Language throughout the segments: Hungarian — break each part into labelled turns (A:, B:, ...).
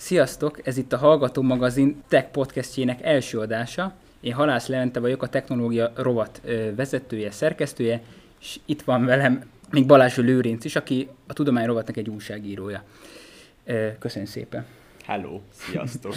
A: Sziasztok! Ez itt a Hallgató Magazin Tech Podcastjének első adása. Én Halász Levente vagyok, a technológia rovat vezetője, szerkesztője, és itt van velem még Balázs Lőrinc is, aki a tudomány rovatnak egy újságírója. Köszönjük szépen!
B: Hello! Sziasztok!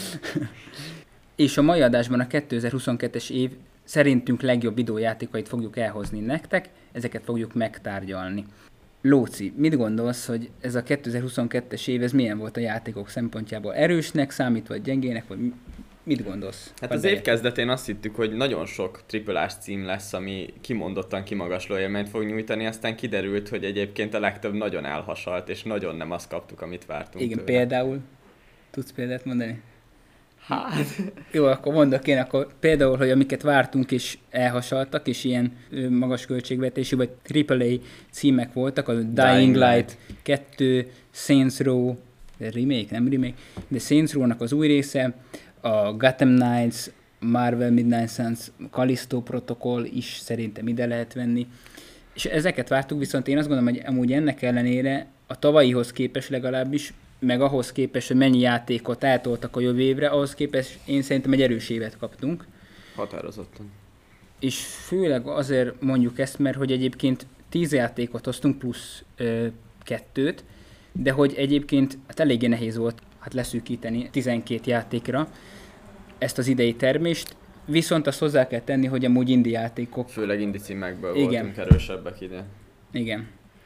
A: És a mai adásban a 2022-es év szerintünk legjobb videójátékait fogjuk elhozni nektek, ezeket fogjuk megtárgyalni. Lóci, mit gondolsz, hogy ez a 2022-es év, ez milyen volt a játékok szempontjából? Erősnek számít, vagy gyengének, vagy mit gondolsz?
B: Hát az év kezdetén azt hittük, hogy nagyon sok AAA-s cím lesz, ami kimondottan kimagasló élményt fog nyújtani, aztán kiderült, hogy egyébként a legtöbb nagyon elhasalt, és nagyon nem azt kaptuk, amit vártunk.
A: Igen,
B: tőle.
A: például? Tudsz példát mondani?
B: Hát...
A: Jó, akkor mondok én, akkor például, hogy amiket vártunk és elhasaltak, és ilyen magas költségvetésű, vagy AAA címek voltak, a Dying Light 2, Saints Row, remake, de Saints Row-nak az új része, a Gotham Knights, Marvel Midnight Suns, Callisto Protocol is szerintem ide lehet venni. És ezeket vártuk, viszont én azt gondolom, hogy amúgy ennek ellenére a tavalyihoz képest legalábbis, meg ahhoz képest, hogy mennyi játékot eltoltak a jövő évre, ahhoz képest én szerintem egy erős évet kaptunk.
B: Határozottan.
A: És főleg azért mondjuk ezt, mert hogy egyébként 10 játékot hoztunk plusz 2-t, de hogy egyébként hát eléggé nehéz volt leszűkíteni 12 játékra ezt az idei termést, viszont azt hozzá kell tenni, hogy amúgy indie játékok.
B: Főleg indie címekből
A: Igen.
B: voltunk erősebbek ide.
A: Igen.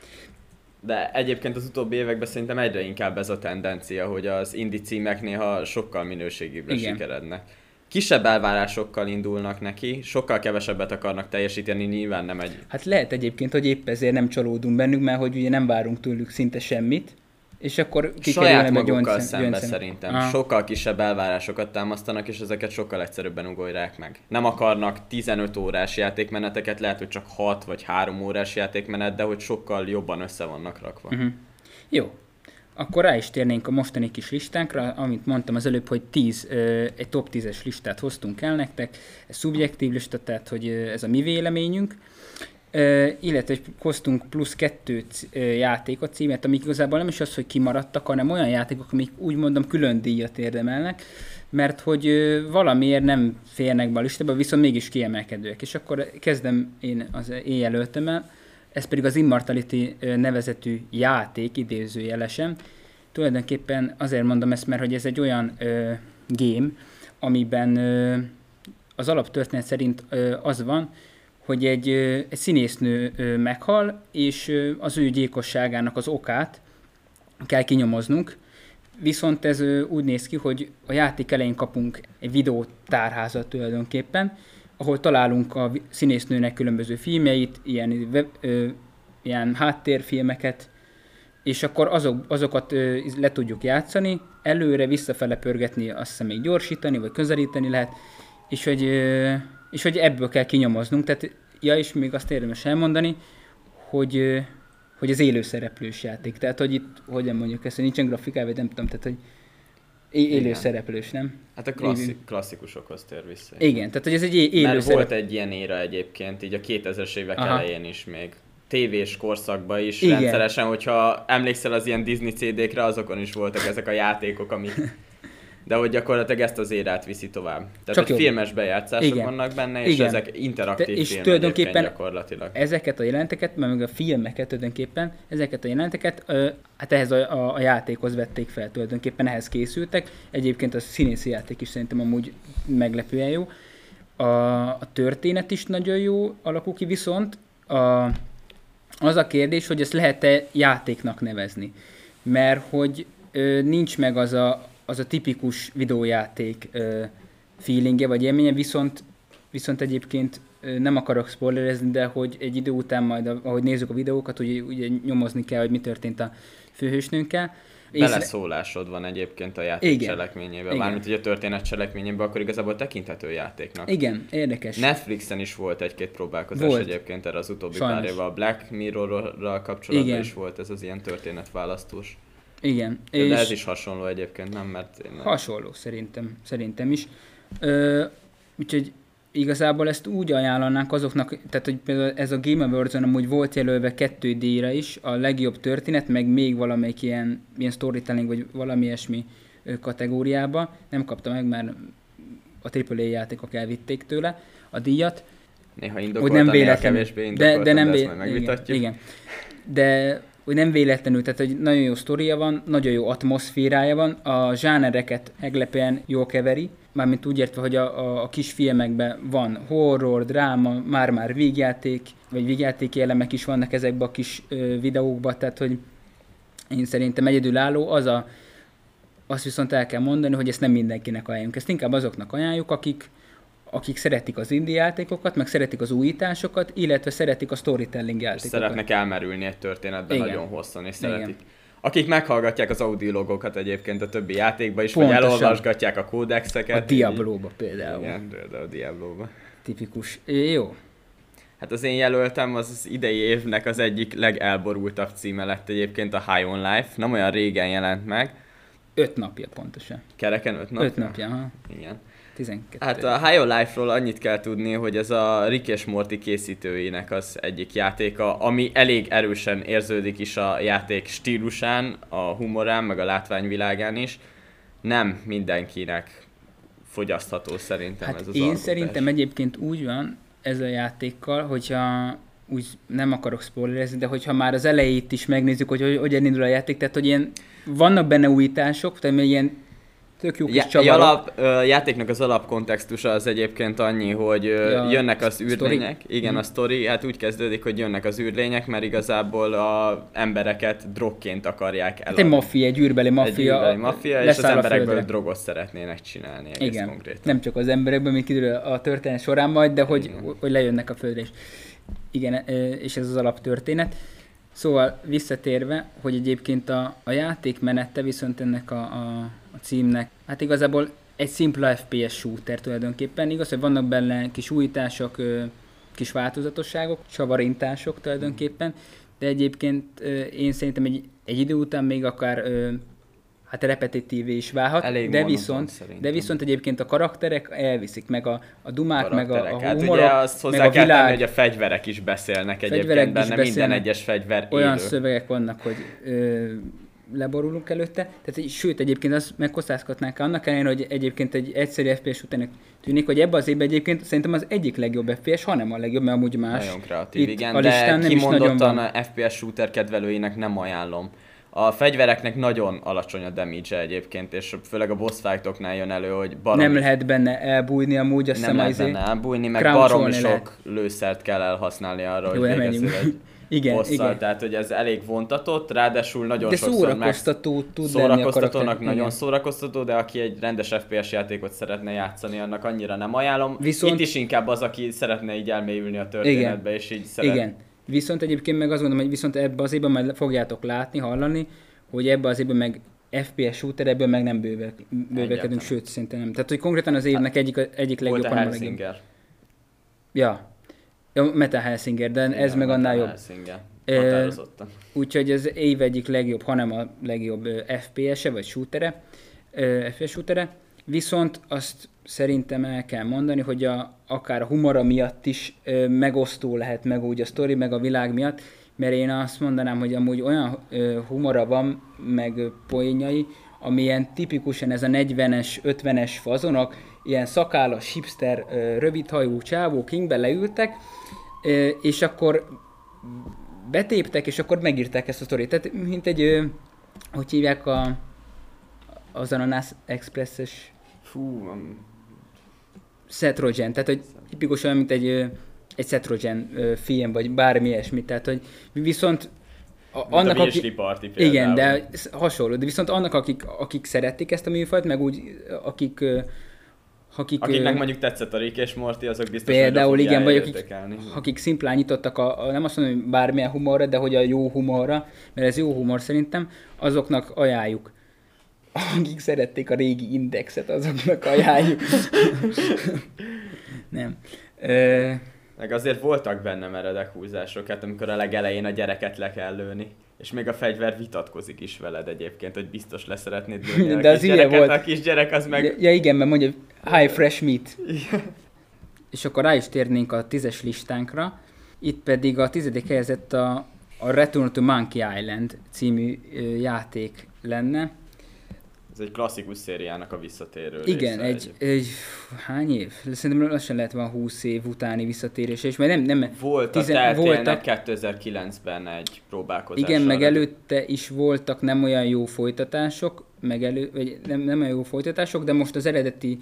B: De egyébként az utóbbi években szerintem egyre inkább ez a tendencia, hogy az indie címek néha sokkal minőségibbre sikerednek. Kisebb elvárásokkal indulnak neki, sokkal kevesebbet akarnak teljesíteni, nyilván nem egy...
A: Hát lehet egyébként, hogy épp ezért nem csalódunk bennük, mert hogy ugye nem várunk tőlük szinte semmit, és akkor
B: saját magukkal szembe szerintem. Sokkal kisebb elvárásokat támasztanak, és ezeket sokkal egyszerűbben ugorják meg. Nem akarnak 15 órás játékmeneteket, lehet, hogy csak 6 vagy 3 órás játékmenet, de hogy sokkal jobban össze vannak rakva.
A: Jó. Akkor rá is térnénk a mostani kis listánkra, amit mondtam az előbb, hogy egy top 10-es listát hoztunk el nektek. Ez szubjektív lista, tehát hogy ez a mi véleményünk. Illetve hoztunk plusz 2 játékot címet, amik igazából nem is az, hogy kimaradtak, hanem olyan játékok, amik úgy mondom külön díjat érdemelnek, mert hogy valamiért nem férnek be a listába, viszont mégis kiemelkedőek. És akkor kezdem én az én jelöltemmel, ez pedig az Immortality nevezetű játék, idézőjelesen. Tulajdonképpen azért mondom ezt, mert hogy ez egy olyan game, amiben az alaptörténet szerint az van, hogy egy színésznő meghal, és az ő gyilkosságának az okát kell kinyomoznunk. Viszont ez úgy néz ki, hogy a játék elején kapunk egy videótárházat tulajdonképpen, ahol találunk a színésznőnek különböző filmjeit, ilyen háttérfilmeket, és akkor azokat le tudjuk játszani, előre, visszafele pörgetni, azt hiszem még gyorsítani, vagy közelíteni lehet, és hogy ebből kell kinyomoznunk. Tehát, és még azt érdemes elmondani, hogy az élőszereplős játék. Tehát, hogy itt, hogyan mondjuk ezt, hogy nincsen grafikája, vagy nem tudom, tehát, hogy élőszereplős, nem?
B: Hát a klasszikusokhoz tér vissza.
A: Igen, tehát, hogy ez egy élőszereplős.
B: Mert volt egy ilyen éra egyébként, így a 2000-es évek elején is még. TV-s korszakban is igen. Rendszeresen, hogyha emlékszel az ilyen Disney CD-kre, azokon is voltak ezek a játékok, amik... De hogy gyakorlatilag ezt az érát viszi tovább. Tehát egy filmes bejátszások vannak benne, és ezek interaktív filmek
A: tulajdonképpen
B: gyakorlatilag.
A: Ezeket a jelenteket, meg a filmeket tulajdonképpen, ezeket a jelenteket, hát ehhez a játékhoz vették fel tulajdonképpen, ehhez készültek. Egyébként a színészi játék is szerintem amúgy meglepően jó. A történet is nagyon jó alakul ki, viszont az a kérdés, hogy ezt lehet-e játéknak nevezni. Mert hogy nincs meg az a tipikus videójáték feelingje vagy élménye, viszont egyébként nem akarok spoilerezni, de hogy egy idő után majd, ahogy nézzük a videókat, ugye nyomozni kell, hogy mi történt a főhősnőnkkel.
B: Beleszólásod van egyébként a játék cselekményébe. Mármint ugye a történet cselekményébe, akkor igazából tekinthető játéknak.
A: Igen, érdekes.
B: Netflixen is volt egy-két próbálkozás egyébként erre az utóbbi pár évvel. A Black Mirror-ral kapcsolatban is volt ez az ilyen történetválasztós.
A: Igen.
B: De ez is hasonló egyébként, nem? Mert
A: hasonló, szerintem is. Úgyhogy igazából ezt úgy ajánlanánk azoknak, tehát hogy például ez a Game Awards-on amúgy volt jelölve 2 díjra is, a legjobb történet, meg még valamelyik ilyen storytelling, vagy valami ilyesmi kategóriába. Nem kapta meg, mert a AAA játékok elvitték tőle a díjat.
B: Néha indokoltan, néha kevésbé indokoltan, de ezt majd megvitatjuk.
A: Igen. De hogy nem véletlenül, tehát hogy nagyon jó sztoria van, nagyon jó atmoszférája van, a zsánereket meglepően jól keveri, mármint úgy értve, hogy a kis filmekben van horror, dráma, már vígjáték, vagy vígjátéki elemek is vannak ezekben a kis videókban, tehát hogy én szerintem egyedülálló azt viszont el kell mondani, hogy ezt nem mindenkinek ajánljuk. Ezt inkább azoknak ajánljuk, akik szeretik az indie játékokat, meg szeretik az újításokat, illetve szeretik a storytelling játékokat.
B: Szeretnek elmerülni egy történetben nagyon hosszan, és szeretik. Akik meghallgatják az audiologókat egyébként a többi játékba is, pontosan. Vagy elolvasgatják a kódexeket.
A: A Diablo-ba például.
B: Igen, például a Diablo-ba.
A: Tipikus. Jó.
B: Hát az én jelöltem az idei évnek az egyik legelborultabb címe lett egyébként a High on Life. Nem olyan régen jelent meg.
A: 5 napja pontosan.
B: Kereken 5 napja?
A: 5 napja, ha.
B: Igen.
A: 12.
B: Hát a High on Life-ról annyit kell tudni, hogy ez a Rick és Morty készítőinek az egyik játéka, ami elég erősen érződik is a játék stílusán, a humorán, meg a látványvilágán is. Nem mindenkinek fogyasztható szerintem
A: hát
B: ez az
A: én
B: alkotás.
A: Szerintem egyébként úgy van ez a játékkal, hogyha úgy nem akarok spoilerezni, de hogyha már az elejét is megnézzük, hogy hogyan indul a játék, tehát hogy ilyen, vannak benne újítások, tehát ilyen tök jó kis csavarok.
B: Játéknak az alapkontextusa az egyébként annyi, hogy jönnek az űrlények. Story. Igen, a sztori, hát úgy kezdődik, hogy jönnek az űrlények, mert igazából az embereket drogként akarják eladni.
A: Hát egy maffia, egy űrbeli maffia.
B: És az emberekből drogot szeretnének csinálni egész
A: igen.
B: konkrétan.
A: Nem csak az emberekből, mint kiderül a történet során majd, de hogy lejönnek a földre is. Igen, és ez az alaptörténet. Szóval visszatérve, hogy egyébként a játék menete viszont ennek a címnek, hát igazából egy szimpla FPS shooter tulajdonképpen. Igaz, hogy vannak benne kis újítások, kis változatosságok, csavarintások tulajdonképpen, de egyébként én szerintem egy idő után még akár hát repetitívé is válhat, de viszont egyébként a karakterek elviszik, meg a dumák, meg a humorok,
B: hát ugye azt hozzá kell tenni, hogy a fegyverek is beszélnek egyébként benne, minden egyes fegyver élő.
A: Olyan szövegek vannak, hogy leborulunk előtte, tehát sőt egyébként azt megkockáztatnánk annak ellenére, hogy egyébként egy egyszerű FPS után tűnik, hogy ebben az évben egyébként szerintem az egyik legjobb FPS, hanem a legjobb, mert amúgy más.
B: Nagyon kreatív, igen, de kimondottan a FPS shooter kedvelőinek nem ajánlom. A fegyvereknek nagyon alacsony a damage egyébként, és főleg a boss fightoknál jön elő, hogy baromi...
A: Nem lehet benne elbújni amúgy, azt
B: nem lehet benne elbújni, meg baromi sok lőszert kell elhasználni arra, hogy végezzel egy bosszal, tehát hogy ez elég vontatott, ráadásul nagyon
A: de
B: sokszor
A: szórakoztató tud
B: szórakoztatónak nagyon szórakoztató, de aki egy rendes FPS játékot szeretne játszani, annak annyira nem ajánlom. Viszont... Itt is inkább az, aki szeretne így elmélyülni a történetbe, igen. És így szeret...
A: Igen. Viszont egyébként meg azt gondolom, hogy viszont ebbe az évben majd fogjátok látni, hallani, hogy ebbe az évben meg FPS shooter, ebből meg nem bővelkedünk, sőt szerintem nem. Tehát, hogy konkrétan az évnek egyik legjobb, hanem a legjobb. Ja, Metal Hellsinger, de igen, ez meg annál jobb.
B: Határozottan.
A: Úgyhogy az év egyik legjobb, hanem a legjobb FPS-e, vagy shootere, FPS shootere. Viszont azt szerintem el kell mondani, hogy akár a humora miatt is megosztó lehet, meg úgy a sztori, meg a világ miatt, mert én azt mondanám, hogy amúgy olyan humora van, meg poénjai, amilyen tipikusan ez a 40-es, 50-es fazonok, ilyen szakállas, hipster, rövidhajú csávók kingbe leültek, és akkor betéptek, és akkor megírták ezt a sztorit. Tehát mint egy, hogy hívják az Ananas Express-es Seth Rogen, tehát hogy tipikus olyan, mint egy Seth Rogen film, vagy bármi ilyesmi, tehát hogy viszont
B: annak, akik...
A: Igen, de hasonló, de viszont annak, akik szeretik ezt a műfajt, meg úgy,
B: akiknek mondjuk tetszett a Rick és Morty, azok biztos,
A: például igen, vagy akik szimplán nyitottak nem azt mondom, hogy bármilyen humorra, de hogy a jó humorra, mert ez jó humor szerintem, azoknak ajánljuk. Akik szerették a régi Indexet, azoknak ajánljuk. Nem.
B: Meg azért voltak benne meredek húzások, hát amikor a legelején a gyereket le kell lőni. És még a fegyver vitatkozik is veled egyébként, hogy biztos leszeretnéd lőni
A: de a kisgyereket, volt.
B: A kisgyerek az meg...
A: Ja igen, mert mondja, high fresh meat. És akkor rá is térnénk a 10-es listánkra. Itt pedig a 10. helyezett a Return to Monkey Island című játék lenne.
B: Ez egy klasszikus szériának a visszatérő
A: igen,
B: része.
A: egy hány év? Szerintem lassan lehet van 20 év utáni visszatérés, és majd nem
B: voltak 2009-ben egy próbálkozás.
A: Igen, meg előtte is voltak nem olyan jó folytatások, vagy nem olyan jó folytatások, de most az eredeti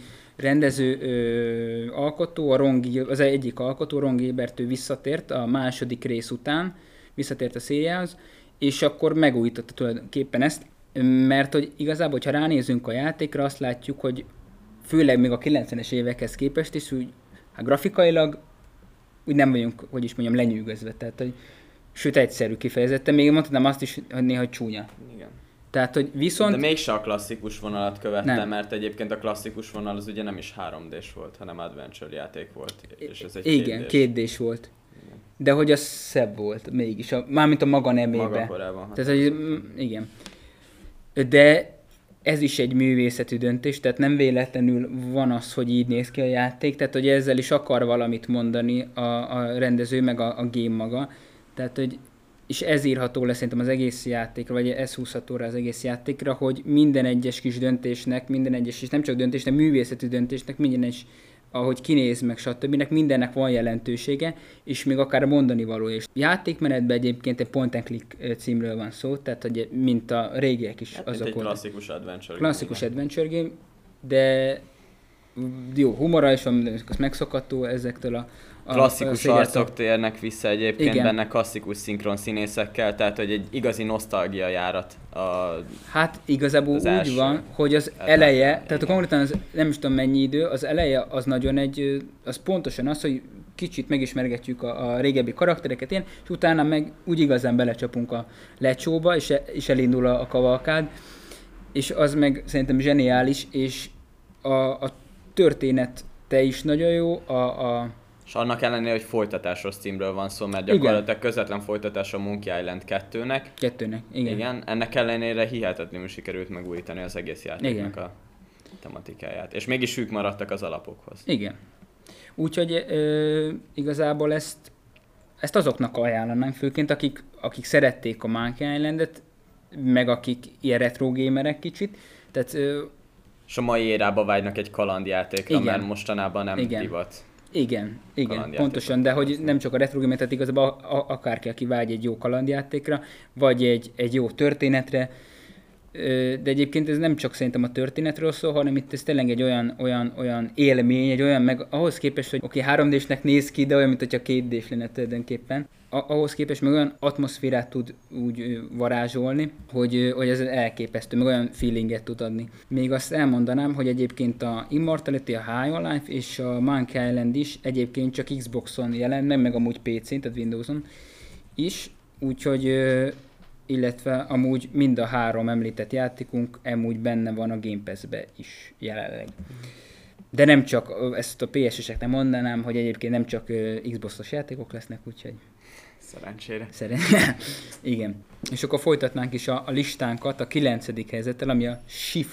A: rendező alkotó, az egyik alkotó, Ron Gilbert, ő visszatért a második rész után, visszatért a szériához, és akkor megújította tulajdonképpen ezt, mert hogy igazából, hogyha ránézünk a játékra, azt látjuk, hogy főleg még a 90-es évekhez képest is, úgy grafikailag úgy nem vagyunk, hogy is mondjam, lenyűgözve. Tehát, hogy, sőt, egyszerű kifejezetten. Még mondhatnám azt is, hogy néha csúnya.
B: Igen.
A: Tehát, hogy viszont...
B: De mégse a klasszikus vonalat követte,
A: nem.
B: Mert egyébként a klasszikus vonal az ugye nem is 3D-s volt, hanem adventure játék volt. És ez egy
A: igen, 2D-s volt. Igen. De hogy az szebb volt mégis, mármint a maga nemébe.
B: Maga korában.
A: Tehát, hogy igen. De ez is egy művészetű döntés, tehát nem véletlenül van az, hogy így néz ki a játék, tehát hogy ezzel is akar valamit mondani a rendező, meg a game maga. Tehát, hogy és ez írható le szerintem az egész játékra, vagy ez húzható rá az egész játékra, hogy minden egyes kis döntésnek, minden egyes, és nem csak döntésnek, művészetű döntésnek, minden is, ahogy kinéz meg, stb. Mindennek van jelentősége, és még akár mondani való is. Játékmenetben egyébként egy point and click címről van szó, tehát hogy mint a régiek is
B: hát,
A: azok
B: egy
A: voltak.
B: klasszikus adventure game.
A: Klasszikus adventure game, de jó, humora is van, az megszokható ezektől a
B: klasszikus arcok térnek vissza egyébként,
A: igen.
B: Benne klasszikus szinkron színészekkel, tehát hogy egy igazi nosztalgia járat.
A: Hát igazából úgy van, hogy az eleje, tehát konkrétan az, nem is tudom mennyi idő, az eleje az nagyon az pontosan az, hogy kicsit megismergetjük a régebbi karaktereket, és utána meg úgy igazán belecsapunk a lecsóba, és elindul a kavalkád, és az meg szerintem zseniális, és a története is nagyon jó,
B: és annak ellenére, hogy folytatásos címről van szó, mert gyakorlatilag közvetlen folytatás a Monkey Island 2-nek.
A: Igen.
B: Ennek ellenére hihetetlenül sikerült megújítani az egész játéknak a tematikáját. És mégis ők maradtak az alapokhoz.
A: Igen. Úgyhogy igazából ezt azoknak ajánlanánk, főként akik szerették a Monkey Islandet, meg akik ilyen retro gamerek kicsit. Tehát,
B: és a mai érába vágynak egy kalandjátékra, igen. Mert mostanában nem divat.
A: Igen, pontosan, de hogy nem csak a retro gamer, tehát igazából akárki, aki vágy egy jó kalandjátékra, vagy egy jó történetre, de egyébként ez nem csak szerintem a történetről szól, hanem itt ez tényleg egy olyan élmény, egy olyan, meg ahhoz képest, hogy oké, 3D-snek néz ki, de olyan, mint hogyha 2D-s lenne tulajdonképpen. Ahhoz képest meg olyan atmoszférát tud úgy varázsolni, hogy ez elképesztő, meg olyan feelinget tud adni. Még azt elmondanám, hogy egyébként a Immortality, a High on Life és a Monkey Island is egyébként csak Xboxon jelent meg amúgy PC-n, tehát Windowson is, úgyhogy illetve amúgy mind a 3 említett játékunk amúgy benne van a Game Pass-be is jelenleg. De nem csak, ezt a PS-eseknek mondanám, hogy egyébként nem csak Xbox-os játékok lesznek, úgyhogy...
B: Szerencsére.
A: Igen. És akkor folytatnánk is a listánkat a 9. helyzettel, ami a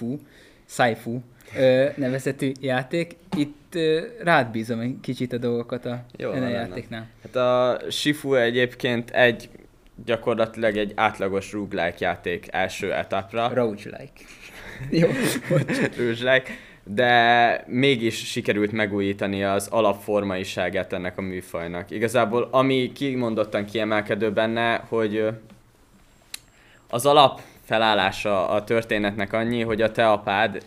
A: Saifu nevezetű játék. Itt rád bízom egy kicsit a dolgokat a játéknál.
B: Hát a Shifu egyébként gyakorlatilag egy átlagos roguelike játék első etapra.
A: Roguelike. Jó.
B: Roguelike. De mégis sikerült megújítani az alapformaiságát ennek a műfajnak. Igazából ami kimondottan kiemelkedő benne, hogy az alapfelállása a történetnek annyi, hogy a te apád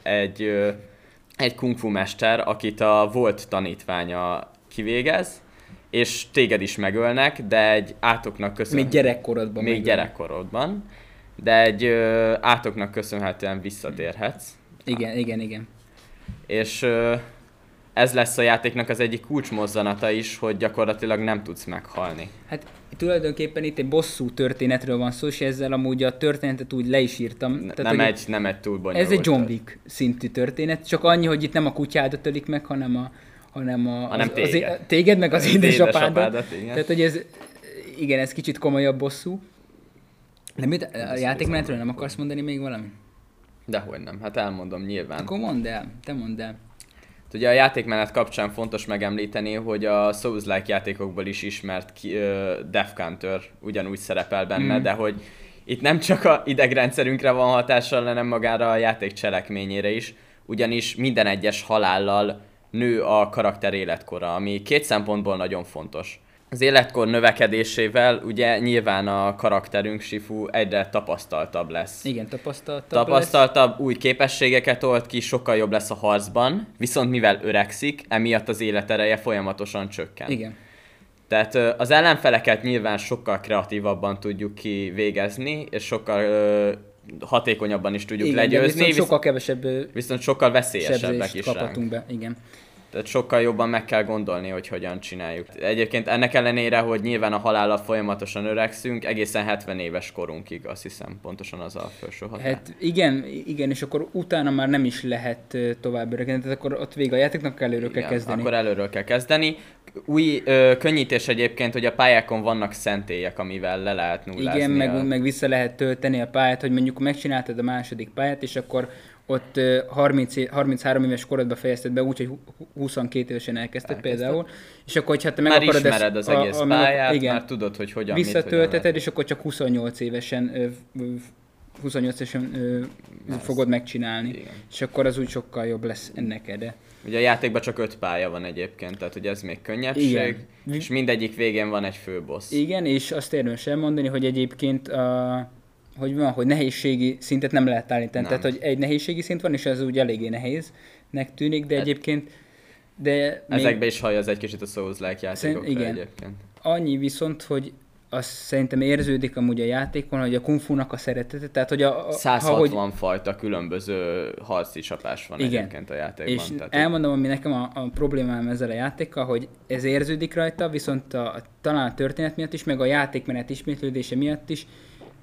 B: egy kung fu mester, akit a volt tanítványa kivégez, és téged is megölnek, de egy átoknak köszönhetően...
A: Még
B: gyerekkorodban. De egy átoknak köszönhetően visszatérhetsz.
A: Igen.
B: És ez lesz a játéknak az egyik kulcsmozzanata is, hogy gyakorlatilag nem tudsz meghalni.
A: Hát tulajdonképpen itt egy bosszú történetről van szó, és ezzel amúgy a történetet úgy le is írtam.
B: Tehát, nem egy túl bonyolult.
A: Ez egy John Wick szintű történet, csak annyi, hogy itt nem a kutyádat ölik meg, hanem téged meg az édesapádat. Tehát, hogy ez kicsit komolyabb bosszú. De mit, a játékmenetről nem akarsz mondani még valami?
B: Dehogy nem, hát elmondom nyilván.
A: Akkor te mondd el.
B: Ugye a játékmenet kapcsán fontos megemlíteni, hogy a Souls-like játékokból is ismert Death Counter ugyanúgy szerepel benne, de hogy itt nem csak a idegrendszerünkre van hatással, hanem magára a játék cselekményére is, ugyanis minden egyes halállal nő a karakter életkora, ami két szempontból nagyon fontos. Az életkor növekedésével ugye nyilván a karakterünk, Shifu, egyre tapasztaltabb lesz.
A: Igen, tapasztaltabb
B: új képességeket old ki, sokkal jobb lesz a harcban, viszont mivel öregszik, emiatt az életereje folyamatosan csökken.
A: Igen.
B: Tehát az ellenfeleket nyilván sokkal kreatívabban tudjuk kivégezni, és sokkal hatékonyabban is tudjuk legyőzni.
A: Viszont sokkal kevesebb
B: viszont sokkal veszélyesebbek is
A: kaphatunk be. Igen.
B: Tehát sokkal jobban meg kell gondolni, hogy hogyan csináljuk. Egyébként ennek ellenére, hogy nyilván a halállal folyamatosan öregszünk, egészen 70 éves korunkig, azt hiszem, pontosan az a felső határ.
A: Hát igen, és akkor utána már nem is lehet tovább öregedni, tehát akkor ott vége a játéknak előről kell kezdeni.
B: Akkor előről kell kezdeni. Új könnyítés egyébként, hogy a pályákon vannak szentélyek, amivel le lehet nullázni.
A: Igen, meg vissza lehet tölteni a pályát, hogy mondjuk megcsináltad a második pályát, és akkor ott 33 éves korodban fejezted be, úgyhogy 22 évesen elkezdted például, és akkor, hogyha te meg
B: már
A: akarod
B: ismered az egész pályát, igen, már tudod, hogy hogyan,
A: visszatölteted, és akkor csak 28 évesen fogod megcsinálni. Igen. És akkor az úgy sokkal jobb lesz neked.
B: Ugye a játékban csak 5 pálya van egyébként, tehát hogy ez még könnyebbség, igen. És mindegyik végén van egy főbossz.
A: Igen, és azt érdemes elmondani, hogy egyébként hogy nehézségi szintet nem lehet állítani. Tehát, hogy egy nehézségi szint van, és ez úgy eléggé nehéznek tűnik, de egyébként...
B: Ezekbe is hallja egy kicsit a Souls-like játékokra egyébként.
A: Annyi viszont, hogy azt szerintem érződik amúgy a játékon, hogy a Kung Fu-nak a szeretete, tehát hogy
B: 160 fajta különböző harci csapás van egyébként a játékban.
A: És tehát elmondom, ami nekem a problémám ezzel a játékkal, hogy ez érződik rajta, viszont talán a történet miatt is, meg a játékmenet ismétlődése miatt is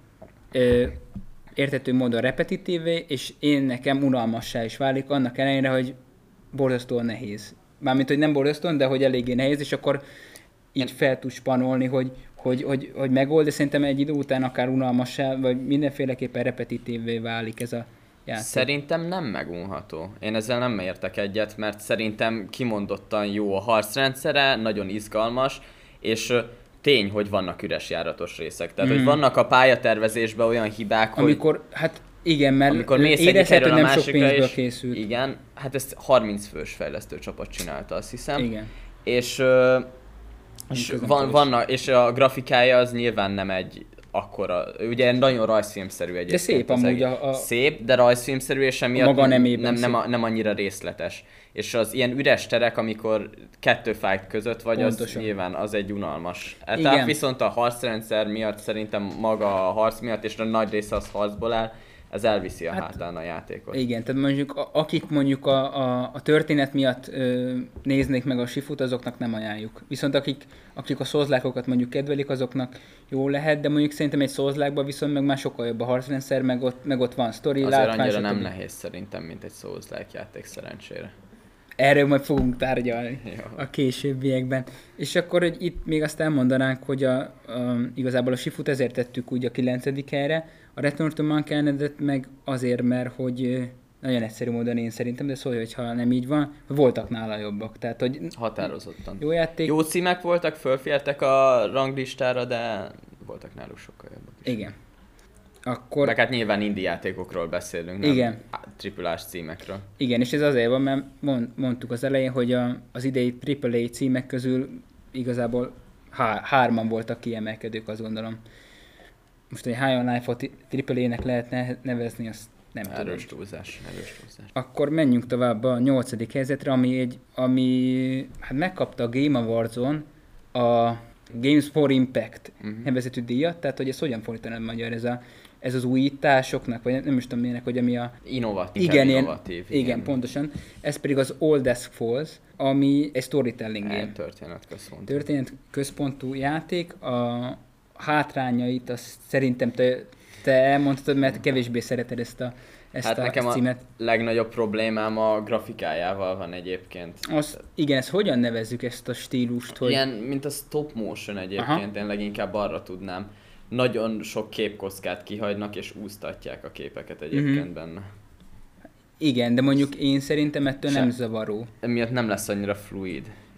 A: érthető módon repetitívé, és én nekem unalmassá is válik, annak ellenére, hogy borzasztóan nehéz. Mármint, hogy nem borzasztóan, de hogy eléggé nehéz, és akkor így fel tudsz panolni, hogy megold, de szerintem egy idő után akár unalmassá, vagy mindenféleképpen repetitívvé válik ez a játék.
B: Szerintem nem megunható. Én ezzel nem értek egyet, mert szerintem kimondottan jó a harcrendszere, nagyon izgalmas, és tény, hogy vannak üres járatos részek. Tehát, hogy vannak a pályatervezésben olyan hibák,
A: amikor, hát igen, mert érezhető, hogy nem sok pénzből készült.
B: Igen, hát ezt 30 fős fejlesztő csapat csinálta, azt hiszem.
A: Igen.
B: És vannak, és a grafikája az nyilván nem egy akkora, ugye nagyon rajzfilmszerű egyébként.
A: De szép amúgy
B: szép, de rajzfilmszerű, és emiatt nem annyira részletes. És az ilyen üres terek, amikor 2 fight között vagy, az nyilván az egy unalmas etap. Viszont a harcrendszer miatt, szerintem maga a harc miatt, és a nagy része az harcból áll, ez elviszi a hátán a játékot.
A: Igen, tehát mondjuk akik mondjuk a történet miatt néznék meg a Shifut, azoknak nem ajánljuk. Viszont akik a Souls-like-okat mondjuk kedvelik, azoknak jó lehet, de mondjuk szerintem egy Souls-like-ban viszont meg már sokkal jobb a harcrendszer, meg ott van sztori,
B: látvány. Azért annyira nem nehéz szerintem, mint egy Souls-like játék szerencsére.
A: Erről majd fogunk tárgyalni a későbbiekben. És akkor hogy itt még azt elmondanánk, hogy igazából a Shifut ezért tettük úgy a 9. helyre, a Return to Mankind meg azért, mert hogy nagyon egyszerű módon én szerintem, de szólj, hogyha nem így van, voltak nála jobbak. Tehát, hogy
B: határozottan.
A: Jó játék.
B: Jó címek voltak, fölfértek a ranglistára, de voltak náluk sokkal jobbak is.
A: Igen. Akkor...
B: Meg hát nyilván indie játékokról beszélünk, nem
A: igen.
B: AAA-s címekről.
A: Igen, és ez azért van, mert mondtuk az elején, hogy az idei AAA címek közül igazából 3 voltak kiemelkedők, azt gondolom. Most, hogy High on Life-ot AAA-nek lehet nevezni, azt nem tudom.
B: Erős túlzás.
A: Akkor menjünk tovább a 8. helyzetre, ami hát megkapta a Game Awards-on a Games for Impact nevezetű díjat, tehát hogy ez hogyan fordítanád magyar ez az újításoknak, vagy nem is tudom milyenek, hogy ami a...
B: Innovatív.
A: Igen, pontosan. Ez pedig az Old As Falls, ami egy storytelling game. Történetközpontú játék. A hátrányait azt szerintem te elmondtad, mert kevésbé szereted ezt a
B: nekem
A: címet.
B: A legnagyobb problémám a grafikájával van egyébként.
A: Igen, ezt hogyan nevezzük ezt a stílust? Hogy...
B: Ilyen, mint a stop motion egyébként, aha. Én leginkább arra tudnám. Nagyon sok képkockát kihagynak, és úsztatják a képeket egyébként benne.
A: Igen, de mondjuk én szerintem ettől nem zavaró.
B: Emiatt nem lesz annyira fluid.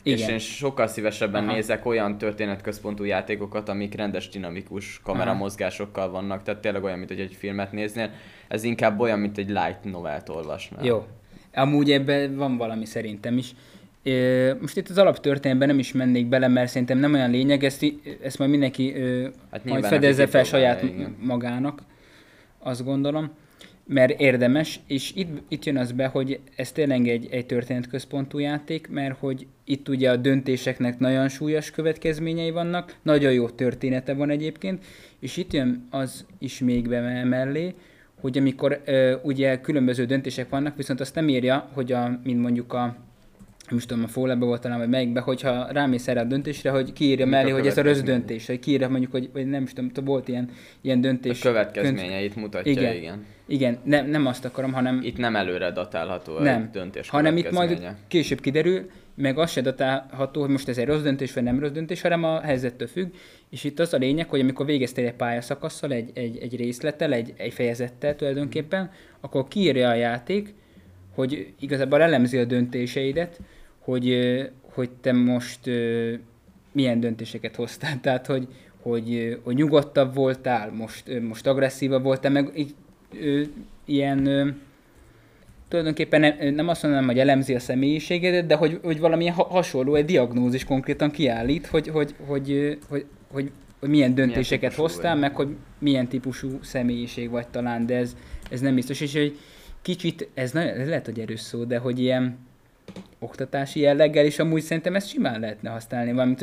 B: És én sokkal szívesebben nézek olyan történetközpontú játékokat, amik rendes dinamikus kameramozgásokkal vannak, tehát tényleg olyan, mint hogy egy filmet néznél. Ez inkább olyan, mint egy light novelt olvasnál.
A: Jó. Amúgy ebben van valami szerintem is. Most itt az alaptörténetben nem is mennék bele, mert szerintem nem olyan lényeg, ezt majd mindenki majd fedezze fel saját magának, azt gondolom, mert érdemes, és itt jön az be, hogy ez tényleg egy történetközpontú játék, mert hogy itt ugye a döntéseknek nagyon súlyos következményei vannak, nagyon jó története van egyébként, és itt jön az is még be mellé, hogy amikor ugye különböző döntések vannak, viszont azt nem írja, hogy mint mondjuk nem tudom, a Falloutban volt talán, vagy melyikben, hogyha rámész erre a döntésre, hogy kiírja mellé, hogy ez a rossz döntés, hogy kiírja mondjuk, hogy nem is tudom, volt ilyen döntés.
B: A következményeit mutatja, igen.
A: Igen, nem azt akarom, hanem...
B: Itt nem előre datálható a döntés
A: hanem itt majd később kiderül, meg az se datálható, hogy most ez egy rossz döntés, vagy nem rossz döntés, hanem a helyzettől függ. És itt az a lényeg, hogy amikor végeztél egy pályaszakasszal, egy részlettel, egy fejezettel tulajdonképpen, akkor kiírja a játék, hogy igazából elemzi a döntéseidet, hogy te most milyen döntéseket hoztál. Tehát, hogy nyugodtabb voltál, most agresszívabb voltál, meg ilyen tulajdonképpen nem azt mondanám, hogy elemzi a személyiségedet, de hogy valamilyen hasonló, egy diagnózis konkrétan kiállít, hogy milyen döntéseket hoztál, meg hogy milyen típusú személyiség vagy talán, de ez nem biztos. És hogy kicsit, ez lehet, hogy erős szó, de hogy ilyen oktatási jelleggel, és amúgy szerintem ezt simán lehetne használni, valamint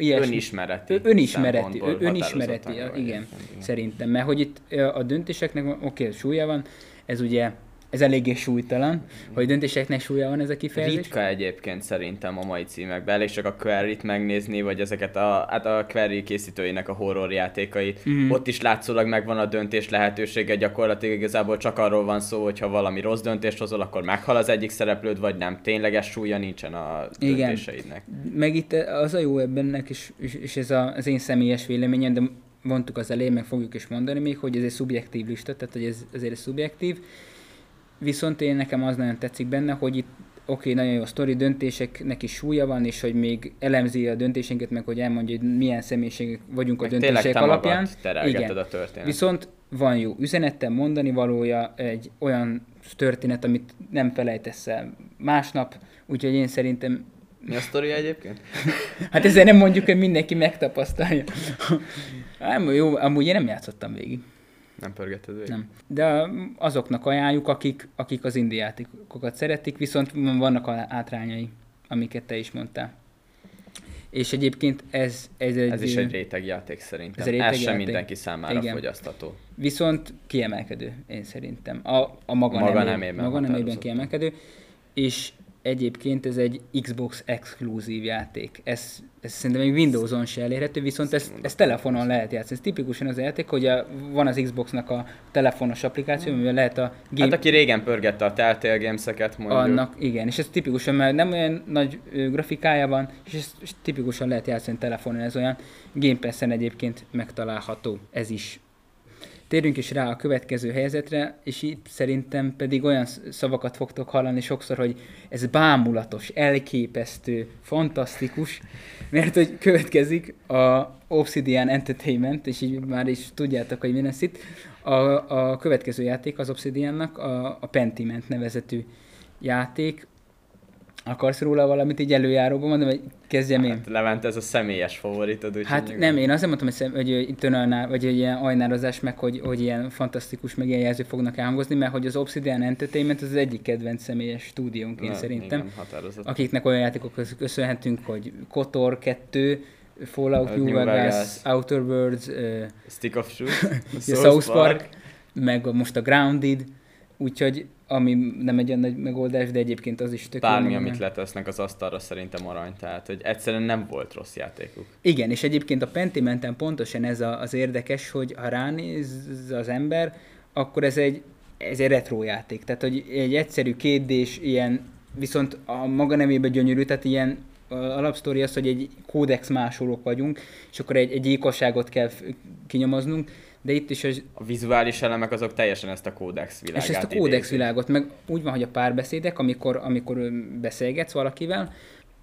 A: önismereti, igen, szerintem, mert hogy itt a döntéseknek súlya van, ez eléggé súlytalan, hogy döntéseknek súlya van ez a kifejezés.
B: Ritka egyébként szerintem a mai címekben, elég csak a Quarry-t megnézni, vagy ezeket a Quarry készítőinek a horror játékait. Ott is látszólag megvan a döntés lehetősége, gyakorlatilag igazából csak arról van szó, hogy ha valami rossz döntést hozol, akkor meghal az egyik szereplőd, vagy nem. Tényleges súlya nincsen a döntéseidnek.
A: Meg itt az a jó ebbennek, és ez az én személyes véleményem, de mondtuk az elején, meg fogjuk is mondani még, hogy ez egy szubjektív lista, tehát hogy ez azért szubjektív. Viszont nekem az nagyon tetszik benne, hogy itt nagyon jó a sztori, döntéseknek is súlya van, és hogy még elemzi a döntésünket, meg hogy elmondja, hogy milyen személyiségek vagyunk meg a döntések alapján.
B: Igen. A történet.
A: Viszont van jó üzenettel mondani valója, egy olyan történet, amit nem felejtesz el másnap, úgyhogy én szerintem...
B: Mi a sztori egyébként?
A: Hát ezzel nem mondjuk, hogy mindenki megtapasztalja. Jó, amúgy én nem játszottam végig.
B: Nem pörgetted végig?
A: Nem. De azoknak ajánljuk, akik az indie játékokat szeretik, viszont vannak hátrányai, amiket te is mondtál. És egyébként ez
B: is egy rétegjáték szerintem. Ez sem mindenki számára fogyasztható.
A: Viszont kiemelkedő, én szerintem. A maga nemében kiemelkedő. És egyébként ez egy Xbox exkluzív játék. Ez szerintem még Windows-on se elérhető, viszont ez telefonon lehet játszani. Ez tipikusan az a játék, hogy van az Xboxnak a telefonos applikáció, amivel lehet a
B: Hát aki régen pörgette a Telltale Games-eket, mondjuk.
A: Annak, igen, és ez tipikusan, mert nem olyan nagy grafikája van, és ez tipikusan lehet játszani telefonon, ez olyan Game Pass-en egyébként megtalálható, ez is. Térjünk is rá a következő helyzetre, és itt szerintem pedig olyan szavakat fogtok hallani sokszor, hogy ez bámulatos, elképesztő, fantasztikus, mert hogy következik a Obsidian Entertainment, és így már is tudjátok, hogy mi lesz itt. A következő játék az Obsidiannak a Pentiment nevezetű játék. Akarsz róla valamit így előjáróban mondani, vagy kezdjem én?
B: Hát Levente, ez a személyes favoritod, úgyhogy...
A: Hát nem, én azért mondtam, hogy itt önölnál, vagy egy ilyen ajnározás, meg hogy ilyen fantasztikus, meg ilyen jelző fognak elhangozni, mert hogy az Obsidian Entertainment az egyik kedvenc személyes stúdiónk, én szerintem. Igen, akiknek olyan játékokhoz köszönhetünk, hogy KOTOR 2, Fallout New Vegas, Outer Worlds,
B: Stick of Truth,
A: South Park, meg most a Grounded, úgyhogy ami nem egy olyan nagy megoldás, de egyébként az is tök jó.
B: Bármi, amit letesznek az asztalra, szerintem arany, tehát hogy egyszerűen nem volt rossz játékuk.
A: Igen, és egyébként a Pentimenten pontosan ez az érdekes, hogy ha ránéz az ember, akkor ez egy retro játék. Tehát, hogy egy egyszerű 2D-s ilyen, viszont a maga nemében gyönyörű, tehát ilyen alapsztori az, hogy egy kódex másolók vagyunk, és akkor egy gyilkosságot kell kinyomoznunk, de itt is
B: a vizuális elemek azok teljesen ezt a kódex világát
A: és ezt a kódex világot, meg úgy van, hogy a párbeszédek, amikor beszélgetsz valakivel,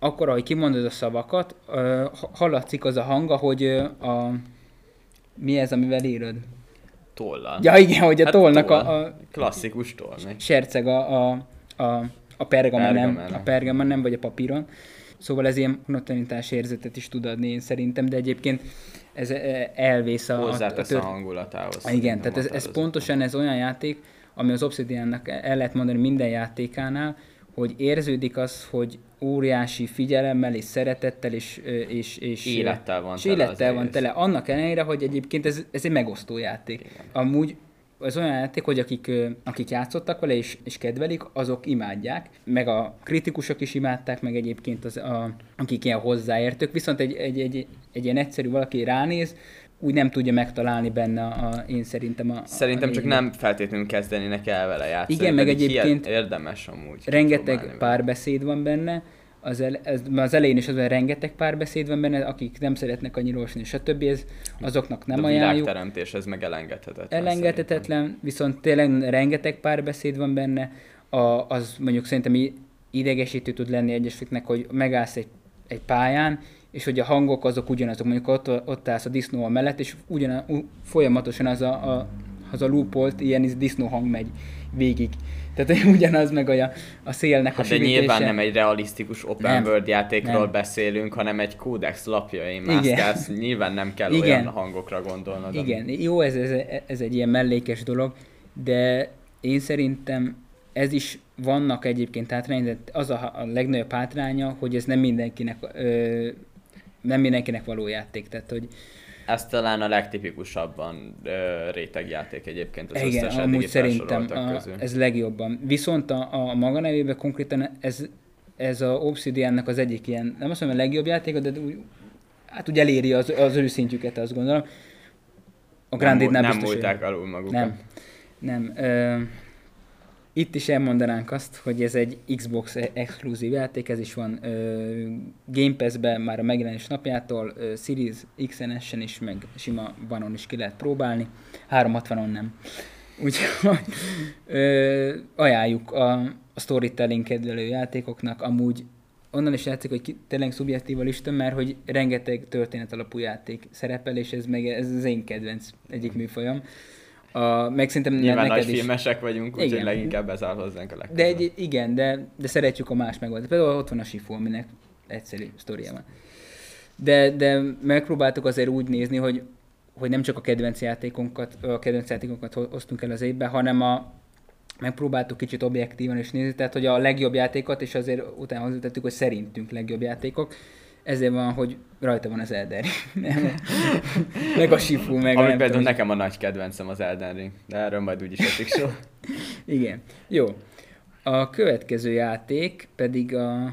A: akkor, ahogy kimondod a szavakat, hallatszik az a hang, hogy mi ez, amivel írod?
B: Tollal.
A: Ja igen, hogy a tollnak
B: toll.
A: a
B: klasszikus toll.
A: serceg a pergamenem, vagy a papíron. Szóval ez ilyen monotonitás érzetet is tud adni én szerintem, de egyébként ez elvész
B: hozzátesz a hangulatához.
A: Igen, tehát ez pontosan ez olyan játék, ami az Obsidiannak el lehet mondani minden játékánál, hogy érződik az, hogy óriási figyelemmel és szeretettel és
B: élettel
A: van tele. Annak ellenére, hogy egyébként ez egy megosztó játék. Igen. Amúgy az olyan játék, hogy akik játszottak vele és kedvelik, azok imádják, meg a kritikusok is imádták, meg egyébként akik ilyen hozzáértők, viszont egy ilyen egyszerű valaki ránéz, úgy nem tudja megtalálni benne én szerintem
B: Szerintem csak nem feltétlenül kezdenének el vele játszani.
A: Igen, meg egyébként
B: érdemes amúgy.
A: Rengeteg párbeszéd van benne, az elején is rengeteg párbeszéd van benne, akik nem szeretnek annyira olvasni, stb. Azoknak nem ajánljuk.
B: A világteremtés, ez meg elengedhetetlen.
A: Elengedhetetlen, viszont tényleg rengeteg párbeszéd van benne, az mondjuk szerintem idegesítő tud lenni egyeseknek, hogy megállsz egy pályán, és hogy a hangok azok ugyanazok, mondjuk ott állsz a disznó mellett, és folyamatosan az a loopolt, ilyen disznó hang megy végig. Tehát ugyanaz meg a szélnek a
B: süvítése. De nyilván nem egy realisztikus open world játékról beszélünk, hanem egy kódex lapjain mászkálsz. Nyilván nem kell olyan hangokra gondolnod.
A: Igen, jó, ez egy ilyen mellékes dolog, de én szerintem ez is vannak egyébként hátrány, de az a legnagyobb hátránya, hogy ez nem mindenkinek való játék. Tehát, hogy
B: ez talán a legtipikusabban rétegjáték egyébként az
A: igen,
B: összes
A: amúgy szerintem
B: közül.
A: Ez legjobban. Viszont a maga nevében konkrétan ez a Obsidiannak az egyik ilyen, nem azt mondom a legjobb játék, de úgy eléri az őszintjüket, azt gondolom. A Groundednál
B: nem múlták alul magukat.
A: Nem. Itt is elmondanánk azt, hogy ez egy Xbox exkluzív játék, ez is van Game Pass-ben már a megjelenés napjától, Series X-en is, meg sima One-on is ki lehet próbálni, 360-on nem. Úgyhogy ajánljuk a storytelling kedvelő játékoknak, amúgy onnan is látszik, hogy tényleg szubjektív a lista, mert hogy rengeteg történet alapú játék szerepel, és ez az én kedvenc egyik műfajom. Meg szerintem
B: nyilván nagy filmesek vagyunk, úgyhogy leginkább ez áll hozzánk a legközelebb.
A: De szeretjük a más megoldást. Például ott van a Sifu, aminek egyszerű sztoria van. De megpróbáltuk azért úgy nézni, hogy nem csak a kedvenc játékokat hoztunk el az évben, hanem megpróbáltuk kicsit objektívan is nézni, tehát hogy a legjobb játékot, és azért utána hozzátettük, hogy szerintünk legjobb játékok. Ezért van, hogy rajta van az Elden Ring. Meg a Sifu, meg
B: ami például nekem a nagy kedvencem az Elden Ring, de erről majd úgyis esik szó.
A: Igen. Jó. A következő játék pedig a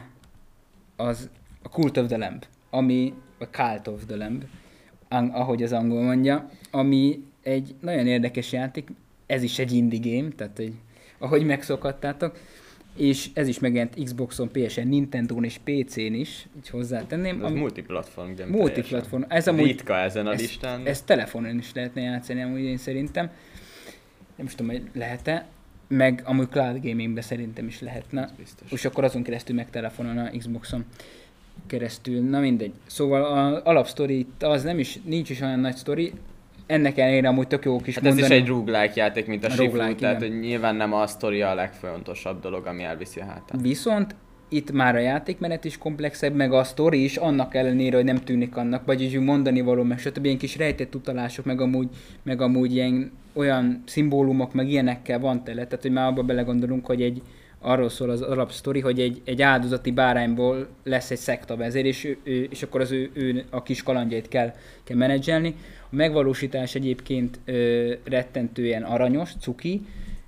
A: Cult of the Lamb, a Cult of the Lamb, ahogy az angol mondja, ami egy nagyon érdekes játék, ez is egy indie game, tehát ahogy megszokhattátok, és ez is megjelent Xboxon, PSN, Nintendón és PC-n is, így hozzátenném.
B: Ez multiplatform game.
A: Multiplatform. Ez amúgy
B: ritka ezen a listán.
A: Ez telefonon is lehetne játszani, amúgy én szerintem. Nem is tudom, hogy lehet-e. Meg amúgy cloud gamingben szerintem is lehetne. És akkor azon keresztül meg telefonon, a Xboxon keresztül. Na mindegy. Szóval az alapsztori az nincs is olyan nagy sztori. Ennek ellenére amúgy tök jó kis
B: mondani. Ez is egy roguelike játék, mint a Sifu, tehát hogy nyilván nem a sztori a legfontosabb dolog, ami elviszi a hátán.
A: Viszont itt már a játékmenet is komplexebb, meg a sztori is, annak ellenére, hogy nem tűnik annak, vagyis mondani való, meg stb. Ilyen kis rejtett utalások, meg amúgy ilyen olyan szimbólumok, meg ilyenekkel van tele, tehát hogy már abba belegondolunk, hogy arról szól az alapsztori, hogy egy áldozati bárányból lesz egy szektavezér, és akkor ő a kis kalandjait kell menedzselni. A megvalósítás egyébként rettentően aranyos, cuki.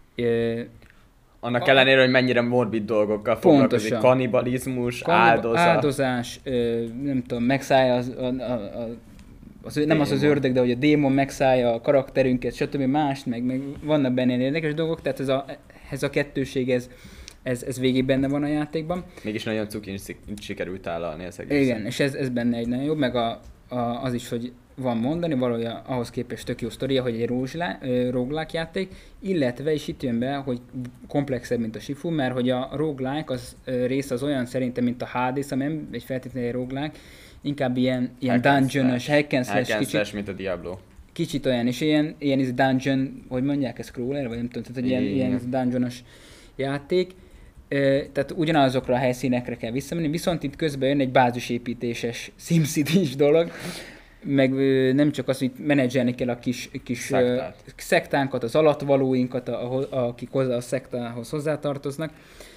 B: Annak ellenére, hogy mennyire morbid dolgokkal foglalkozik. Kannibalizmus,
A: áldozás, nem tudom, megszállja nem az ördög, de hogy a démon megszállja a karakterünket, stb. Mást, meg vannak benne érdekes dolgok, tehát ez a kettőség, ez végig benne van a játékban.
B: Mégis nagyon cukin sikerült állalni az egész.
A: Igen, és ez benne egy nagyon jobb, meg az is, hogy van mondani, valójában ahhoz képest tök jó sztoria, hogy egy roguelike játék, illetve is itt jön be, hogy komplexebb, mint a Shifu, mert hogy a roguelike az rész az olyan szerintem, mint a Hades, ami nem egy feltétlenül egy roguelike, inkább ilyen dungeon-ös, hack and slash,
B: mint a Diablo.
A: Kicsit olyan, és ilyen dungeon, hogy mondják, ez crawler, vagy nem tudom, tehát egy ilyen dungeon-os játék. Tehát ugyanazokra a helyszínekre kell visszamenni, viszont itt közben jön egy bázisépítéses SimCity-s dolog, meg nem csak az, hogy menedzselni kell a kis szektánkat, az alatvalóinkat, akik a szektához hozzátartoznak.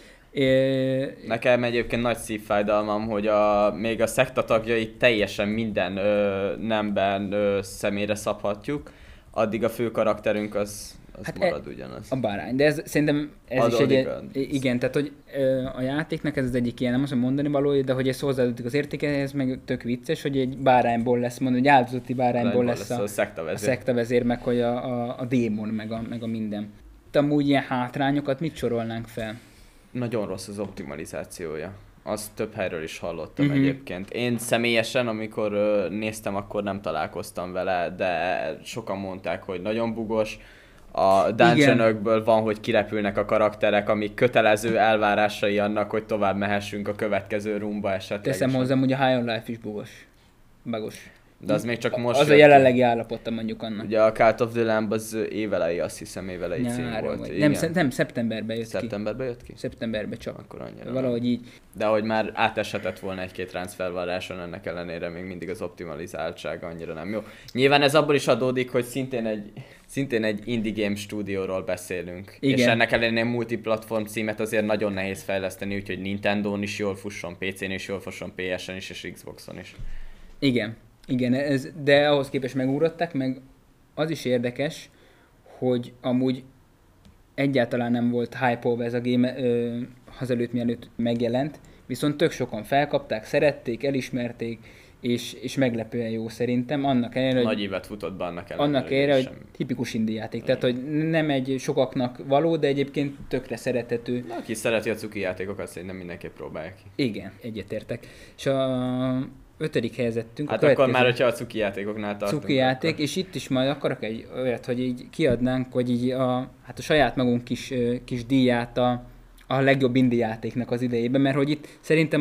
B: Nekem egyébként nagy szívfájdalmam, hogy még a szekta tagjait teljesen minden nemben személyre szabhatjuk, addig a fő karakterünk az marad ugyanaz.
A: A bárány, de ez szerintem ez is egy... Igen, tehát hogy a játéknak ez az egyik ilyen, nem azt mondani való, de hogy ez hozzáadódik az értékehez, meg tök vicces, hogy egy bárányból lesz, mondani, hogy áldozati bárányból lesz a szektavezér, meg hogy a démon, meg a minden. Amúgy ilyen hátrányokat mit sorolnánk fel?
B: Nagyon rossz az optimalizációja. Azt több helyről is hallottam egyébként. Én személyesen, amikor néztem, akkor nem találkoztam vele, de sokan mondták, hogy nagyon bugos. A dungeonökből van, hogy kirepülnek a karakterek, amik kötelező elvárásai annak, hogy tovább mehessünk a következő roomba esetleg.
A: Teszem hozzám, hogy a High on Life is bugos.
B: De az még csak most
A: az a jelenlegi állapota mondjuk annak.
B: Ugye a Cult of the Lamb az évelei, azt hiszem évelei cím volt.
A: Nem, szeptemberben jött ki.
B: Szeptemberben jött ki?
A: Szeptemberben csak.
B: Akkor annyira
A: valahogy így.
B: De hogy már áteshetett volna egy-két transferváráson, ennek ellenére még mindig az optimalizáltság annyira nem jó. Nyilván ez abból is adódik, hogy szintén egy indie game stúdióról beszélünk. Igen. És ennek ellenére multiplatform címet azért nagyon nehéz fejleszteni, úgyhogy Nintendón is jól fusson, PC-n is jól fusson, PS-en is és Xboxon is.
A: Igen, de ahhoz képest megúrották, meg az is érdekes, hogy amúgy egyáltalán nem volt hype-olva ez a game azelőtt, mielőtt megjelent, viszont tök sokan felkapták, szerették, elismerték, és meglepően jó szerintem. Annak ellenére,
B: nagy évet futott be annak
A: ellenére, hogy tipikus indie játék. Tehát, hogy nem egy sokaknak való, de egyébként tökre szerethető.
B: Aki szereti a cuki játékokat, szerintem mindenképp próbálják ki.
A: Igen, egyetértek. És a 5. helyezettünk.
B: Hát akkor már, hogyha a cuki játékoknál tartunk.
A: Cuki játék, akkor... és itt is majd akarok egy olyat, hogy így kiadnánk, hogy így a saját magunk kis díját a legjobb indie játéknak az idejében, mert hogy itt szerintem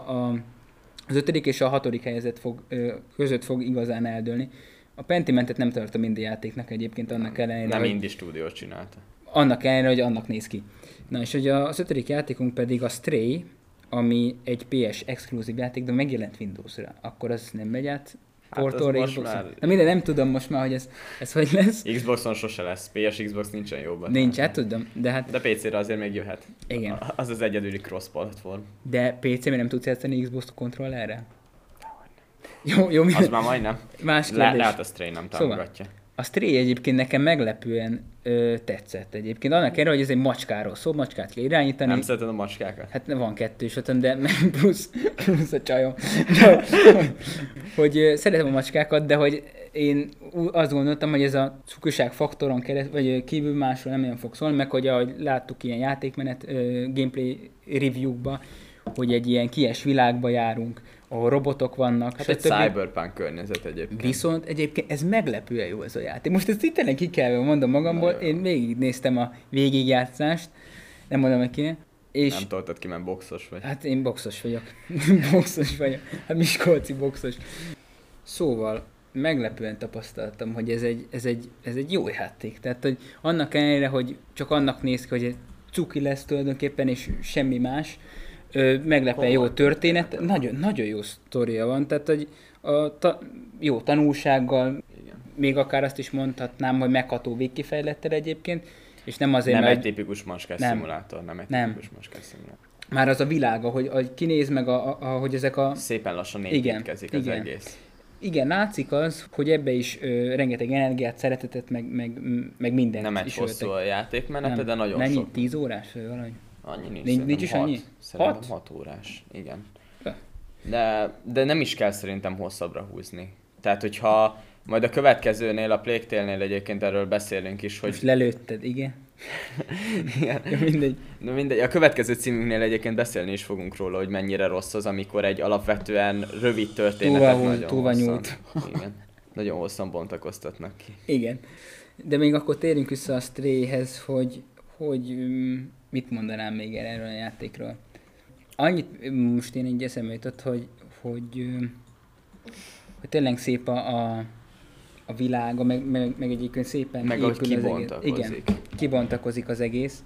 A: az 5. és a 6. helyezett között fog igazán eldőlni. A Pentimentet nem tartom indie játéknak egyébként annak ellenére.
B: Nem indie stúdiós csinálta.
A: Annak ellenére, hogy annak néz ki. Na és hogy az 5. játékunk pedig a Stray, ami egy PS exkluzív játék, de megjelent Windowsra. Akkor az nem megy át portolra, Xboxon. Már... Na minden, nem tudom most már, hogy ez hogy lesz.
B: Xboxon sose lesz. PS, Xbox nincsen jobban.
A: Nincs, hát tudom. De
B: PC-re azért még jöhet.
A: Igen.
B: Az az egyedüli cross-platform.
A: De PC-re nem tudsz játszani Xbox kontrollerre?
B: Jó, az már majdnem.
A: Más kérdés.
B: Lehet a Stray nem támogatja.
A: Szóval, a Stray egyébként nekem meglepően tetszett egyébként. Annak ellenére, hogy ez egy macskáról szól, macskát kell irányítani.
B: Nem szereted a macskákat?
A: Hát van 2 is ötön, de plusz a csajom. Hogy szeretem a macskákat, de hogy én azt gondoltam, hogy ez a cukiság faktoron keresztül, vagy kívül másról nem olyan fog szólni, meg hogy ahogy láttuk ilyen játékmenet gameplay review-ba, hogy egy ilyen kies világba járunk, ahol robotok vannak.
B: Hát egy cyberpunk környezet egyébként.
A: Viszont egyébként ez meglepően jó ez a játék. Most ezt itt tényleg ki kell mondom magamból, én végignéztem a végigjátszást, nem mondom, hogy kéne. És
B: nem toltad ki, mert boxos vagy.
A: Hát én boxos vagyok. Hát miskolci boxos. Szóval meglepően tapasztaltam, hogy ez egy jó játék. Tehát, hogy annak ellenére, hogy csak annak néz ki, hogy egy cuki lesz tulajdonképpen, és semmi más, meglepően jó történet, nagyon jó sztoria van, tehát hogy jó tanulsággal, igen. Még akár azt is mondhatnám, hogy megható végkifejlettel egyébként, és nem azért,
B: nem egy tipikus macskás szimulátor, tipikus macskás szimulátor.
A: Már az a világ, ahogy kinéz meg, hogy ezek a...
B: Szépen lassan építkezik az egész.
A: Igen, látszik az, hogy ebbe is rengeteg energiát, szeretetet, meg mindent
B: nem egy hosszú a játékmenete, de nagyon
A: sok.
B: Mennyi?
A: 10 órás vagy valahogy?
B: Annyi
A: nincs is annyi?
B: 6 órás, igen. De nem is kell szerintem hosszabbra húzni. Tehát, hogyha majd a következőnél, a Plague Tale-nél egyébként erről beszélünk is, hogy...
A: Most lelőtted, igen.
B: Igen. Mindegy. A következő címünknél egyébként beszélni is fogunk róla, hogy mennyire rossz az, amikor egy alapvetően rövid történetet nagyon
A: túlva nyújt.
B: Igen. Nagyon hosszan bontakoztatnak ki.
A: Igen. De még akkor térjünk vissza a Strayhez, hogy mit mondanám még erről a játékról. Annyit most én így eszembe jutott, hogy tényleg szép a világa, meg egyébként szépen
B: meg
A: épül
B: kibontakozik.
A: Az egész. Igen, kibontakozik az egész.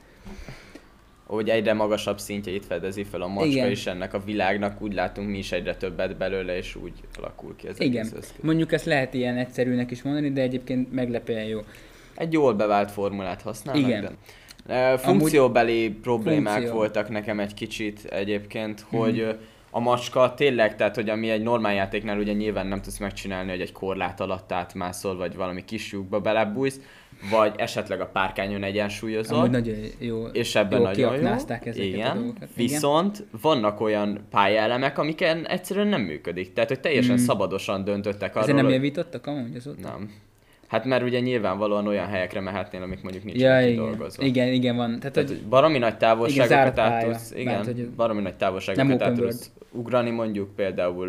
B: Hogy egyre magasabb szintjeit fedezi fel a macska,
A: igen.
B: és ennek a világnak úgy látunk mi is egyre többet belőle, és úgy alakul ki az
A: igen.
B: egész összkép.
A: Mondjuk ezt lehet ilyen egyszerűnek is mondani, de egyébként meglepően jó.
B: Egy jól bevált formulát használnak,
A: igen.
B: De funkcióbeli problémák voltak nekem egy kicsit egyébként, hogy a macska tényleg, tehát hogy ami egy normál játéknál ugye nyilván nem tudsz megcsinálni, hogy egy korlát alatt átmászol, vagy valami kis lyukba belebújsz, vagy esetleg a párkányon egyensúlyozol.
A: Amúgy nagyon jó.
B: És ebben
A: jó
B: nagyon jó.
A: Igen.
B: Viszont vannak olyan pályaelemek, amiken egyszerűen nem működik. Tehát, hogy teljesen szabadosan döntöttek arról.
A: Ezen nem javítottak amúgy azóta?
B: Nem. Hát mert ugye nyilvánvalóan olyan helyekre mehetnél, amik mondjuk nincsenek kidolgozva.
A: Igen, van.
B: Tehát baromi nagy távolságokat át tudsz, baromi nagy távolságokat át tudsz ugrani, mondjuk például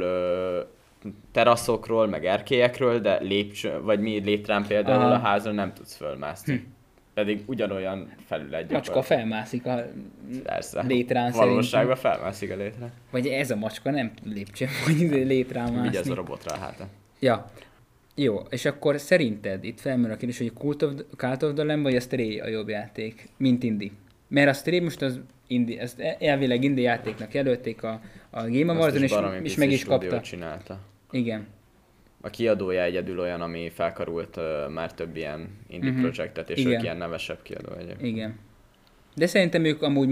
B: teraszokról, meg erkélyekről, de vagy létrán például a házra nem tudsz fölmászni. Pedig ugyanolyan felület
A: macska felmászik a létrán
B: valóságban felmászik a létrán.
A: Vagy ez a macska nem tud lépcsőn, vagy létrán mászni.
B: Vigyázz a robotra a hátán.
A: Ja. Jó, és akkor szerinted itt felmerül a kérdés, hogy Cult of the Lamb vagy a Stray a jobb játék, mint indie? Mert a Stray most az indie, ezt elvileg indie játéknak jelölték a Game Awards-on, és meg is kapta.
B: Csinálta.
A: Igen.
B: A kiadója egyedül olyan, ami felkarult már több ilyen indie projektet, és ők ilyen nevesebb kiadó egyébként.
A: Igen. De szerintem ők amúgy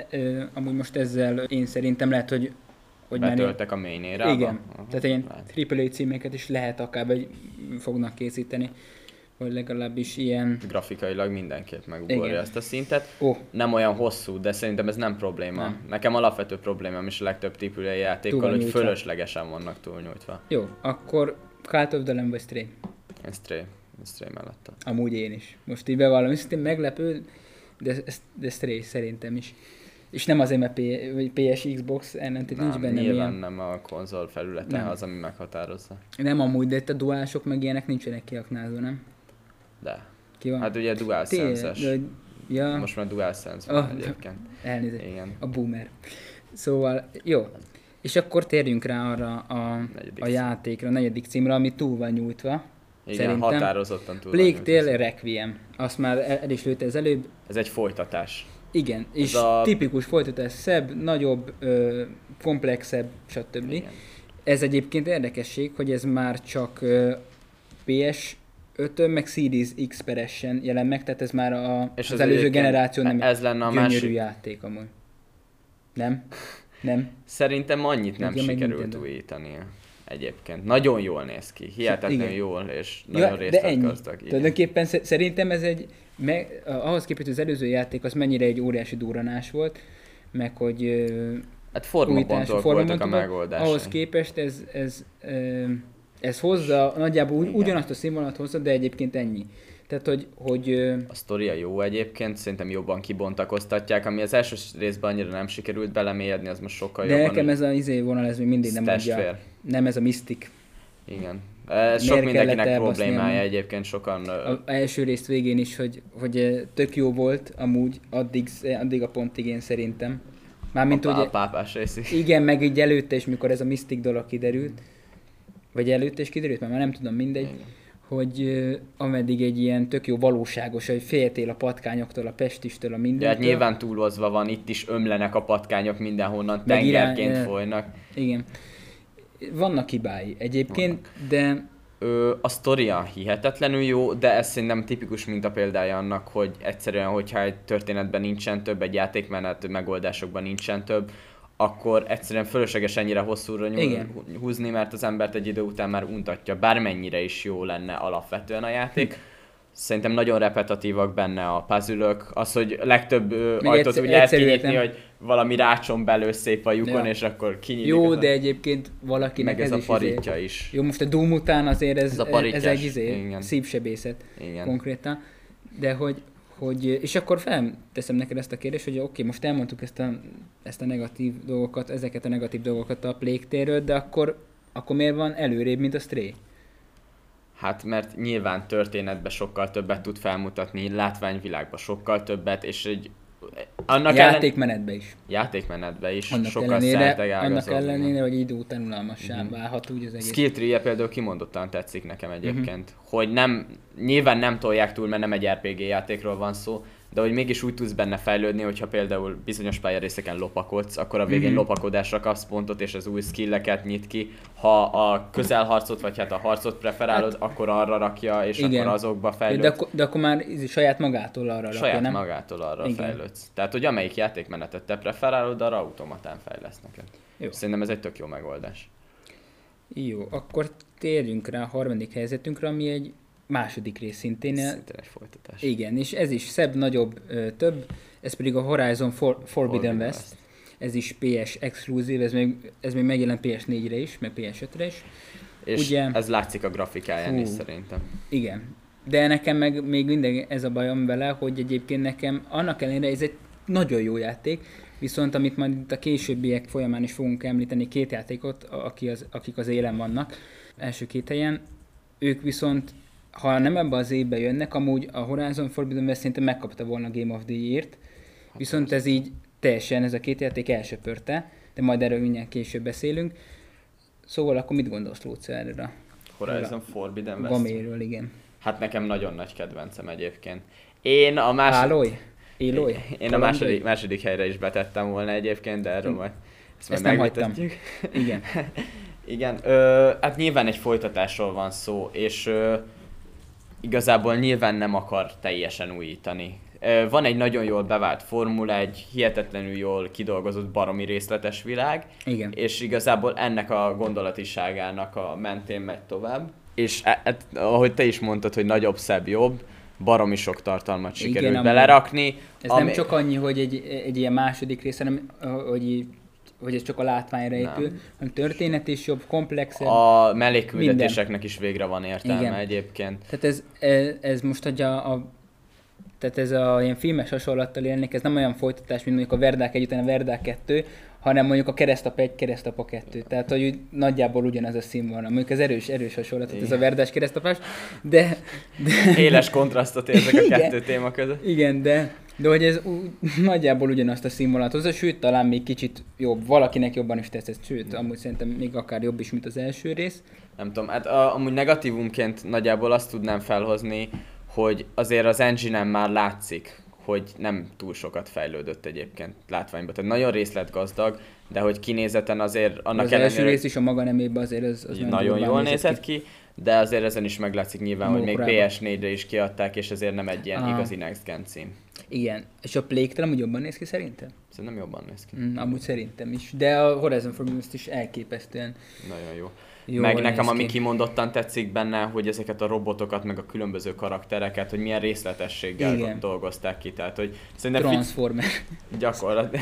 A: most ezzel én szerintem lehet, hogy
B: betöltek a main érába.
A: Igen. Tehát ilyen AAA címeket is lehet akár fognak készíteni. Vagy legalábbis ilyen...
B: Grafikailag mindenképp megugorja ezt a szintet.
A: Oh.
B: Nem olyan hosszú, de szerintem ez nem probléma. Nem. Nekem alapvető problémám is a legtöbb AAA játékkal, hogy fölöslegesen vannak túlnyújtva.
A: Jó, akkor Cult of the Lamb vagy Stray?
B: Stray mellett.
A: Amúgy én is. Most így bevallom, szintén meglepő, de Stray szerintem is. És nem azért, mert PS, Xbox ellentét nincs benne.
B: Nyilván nem a konzol felülete az, ami meghatározza.
A: Nem amúgy, de itt a duálsok meg ilyenek nincsenek kiaknázva, nem?
B: De.
A: Ki van?
B: Hát ugye DualSense-es.
A: Ja.
B: Most már DualSense van egyébként.
A: Elnézést.
B: Igen.
A: A boomer. Szóval, jó. És akkor térjünk rá arra a játékra, a negyedik címre, ami túl van nyújtva.
B: Igen,
A: szerintem.
B: Határozottan túl van nyújtva.
A: Plague Tale Requiem. Azt már el is lőtte az előbb.
B: Ez egy folytatás.
A: Igen, és tipikus folytatás, szebb, nagyobb, komplexebb, stb. Igen. Ez egyébként érdekesség, hogy ez már csak PS5-ön, meg Series X-peresen jelen meg, tehát ez már az előző generáció nem
B: ez lenne a
A: gyönyörű
B: másik
A: játék amúgy. Nem?
B: Szerintem annyit nem sikerült újítania. Egyébként. Nagyon jól néz ki. Hihetetlenül jól, és nagyon részletgazdag.
A: Tulajdonképpen szerintem ez ahhoz képest, hogy az előző játék az mennyire egy óriási durranás volt, meg hogy
B: hát formabontok voltak a megoldásai.
A: Ahhoz képest ez hozza, nagyjából ugyanazt a színvonalat hozza, de egyébként ennyi. Tehát, hogy
B: a sztoria jó egyébként, szerintem jobban kibontakoztatják, ami az első részben annyira nem sikerült belemélyedni, az most sokkal
A: de
B: jobban.
A: De nekem ez a vonal, ez még mindig nem adja. Nem ez a Mystic.
B: Igen. Ez sok mindenkinek problémája egyébként, sokan...
A: Az első részt végén is, hogy tök jó volt amúgy, addig a pontig én szerintem. Mármint
B: a pápás részig.
A: Igen, meg így előtte is, mikor ez a Mystic dolog kiderült. Vagy előtte is kiderült, mert már nem tudom, mindegy. Igen. Hogy ameddig egy ilyen tök jó valóságos, hogy féltél a patkányoktól, a pestistől, a mindentől.
B: De hát nyilván túlozva van, itt is ömlenek a patkányok mindenhonnan, tengerként folynak.
A: Igen. Vannak hibái egyébként, de...
B: A sztoria hihetetlenül jó, de ez szerintem tipikus mintapéldája annak, hogy egyszerűen, hogyha egy történetben nincsen több, egy játékmenet megoldásokban nincsen több, akkor egyszerűen fölösleges ennyire hosszúra húzni, mert az embert egy idő után már untatja, bármennyire is jó lenne alapvetően a játék. Szerintem nagyon repetitívak benne a puzzle-ök, az, hogy legtöbb ajtót úgy lehet kinyitni, hogy valami rácson belül szép a lyukon, és akkor kinyitni.
A: Jó, de egyébként valakinek
B: meg ez a paritja is.
A: Jó, most a Doom után azért ez egy szívsebészet konkrétan, de hogy és akkor felteszem neked ezt a kérdést, hogy oké, most elmondtuk ezt a negatív dolgokat, ezeket a negatív dolgokat a Plague Tale-ről, de akkor miért van előrébb, mint a Stray?
B: Hát mert nyilván történetben sokkal többet tud felmutatni, látványvilágban sokkal többet, és
A: játékmenetben is.
B: Játékmenetben is
A: Annak
B: sokkal
A: szerteágazóbb. Annak ellenére, hogy idő után unalmassá válhat úgy az egész.
B: Skill Tree-je például kimondottan tetszik nekem egyébként, hogy nyilván nem tolják túl, mert nem egy RPG játékról van szó, de hogy mégis úgy tudsz benne fejlődni, hogyha például bizonyos pályarészeken lopakodsz, akkor a végén lopakodásra kapsz pontot, és az új skilleket nyit ki. Ha a közelharcot, vagy hát a harcot preferálod, akkor arra rakja, és igen, akkor azokba fejlődsz.
A: De akkor már saját magától arra rakja,
B: saját
A: nem?
B: magától arra fejlődsz. Tehát, hogy amelyik játékmenetet te preferálod, arra automatán fejlesz neked. Jó. Szerintem ez egy tök jó megoldás.
A: Jó, akkor térjünk rá a harmadik helyzetünkre, ami egy második rész szintén.
B: Szintén egy folytatás.
A: Igen, és ez is szebb, nagyobb, több, ez pedig a Horizon Forbidden West. Ez is PS exkluzív, ez még megjelent PS4-re is, meg PS5-re is.
B: És ugye, ez látszik a grafikáján is szerintem.
A: Igen, de nekem meg még mindig ez a bajom vele, hogy egyébként nekem annak ellenére ez egy nagyon jó játék, viszont amit majd itt a későbbiek folyamán is fogunk említeni, két játékot, akik az élen vannak, első két helyen, ők viszont ha nem ebbe az évbe jönnek, amúgy a Horizon Forbidden West szerintem megkapta volna a Game of the Year-t, viszont ez így teljesen, ez a két játék elsöpörte, de majd erről mindjárt később beszélünk. Szóval akkor mit gondolsz, Lóci, erről a
B: Horizon Forbidden West?
A: Gaméről, igen.
B: Hát nekem nagyon nagy kedvencem egyébként. Én a második... Én a második helyre is betettem volna egyébként, de erről majd
A: ezt nem hagytam. Igen.
B: Igen, hát nyilván egy folytatásról van szó, és igazából nyilván nem akar teljesen újítani. Van egy nagyon jól bevált formula, egy hihetetlenül jól kidolgozott baromi részletes világ,
A: igen,
B: és igazából ennek a gondolatiságának a mentén megy tovább. És ahogy te is mondtad, hogy nagyobb, szebb, jobb, baromi sok tartalmat sikerült belerakni.
A: Ez nem csak annyi, hogy egy ilyen második rész, hanem hogy ez csak a látványra épül, hanem történet is jobb, komplexebb.
B: A mellékküldetéseknek is végre van értelme, igen, egyébként.
A: Tehát ez most, hogy tehát ez a ilyen filmes hasonlattal élnék, ez nem olyan folytatás, mint mondjuk a Verdák együtt, a Verdák 2, hanem mondjuk a Keresztapa 1, Keresztapa 2. Tehát, hogy nagyjából ugyanaz a szín van. Mondjuk ez erős hasonlat, ez a Verdás Keresztapás, de...
B: Éles kontrasztot érzek a kettő téma között.
A: Igen, de hogy ez nagyjából ugyanazt a színvonalat hozza, sőt, talán még kicsit jobb, valakinek jobban is tetszett, sőt, amúgy szerintem még akár jobb is, mint az első rész.
B: Nem tudom, hát amúgy negatívumként nagyjából azt tudnám felhozni, hogy azért az engine-en már látszik, hogy nem túl sokat fejlődött egyébként látványban. Tehát nagyon részletgazdag, de hogy kinézeten azért annak
A: ellenére... Az első rész is a maga nemében azért az
B: nagyon jól nézett ki, de azért ezen is meglátszik nyilván, hogy még PS4-re is kiadták, és ezért nem egy ilyen igazi Next Gen cím.
A: Igen, és a Plague-tel amúgy jobban néz ki szerintem?
B: Szerintem jobban néz ki.
A: Amúgy szerintem is, de a Horizon Forbidden West is elképesztően
B: nagyon jó. Meg nekem ami kimondottan tetszik benne, hogy ezeket a robotokat, meg a különböző karaktereket, hogy milyen részletességgel dolgozták ki. Tehát, hogy
A: szerintem Transformer.
B: Gyakorlatilag.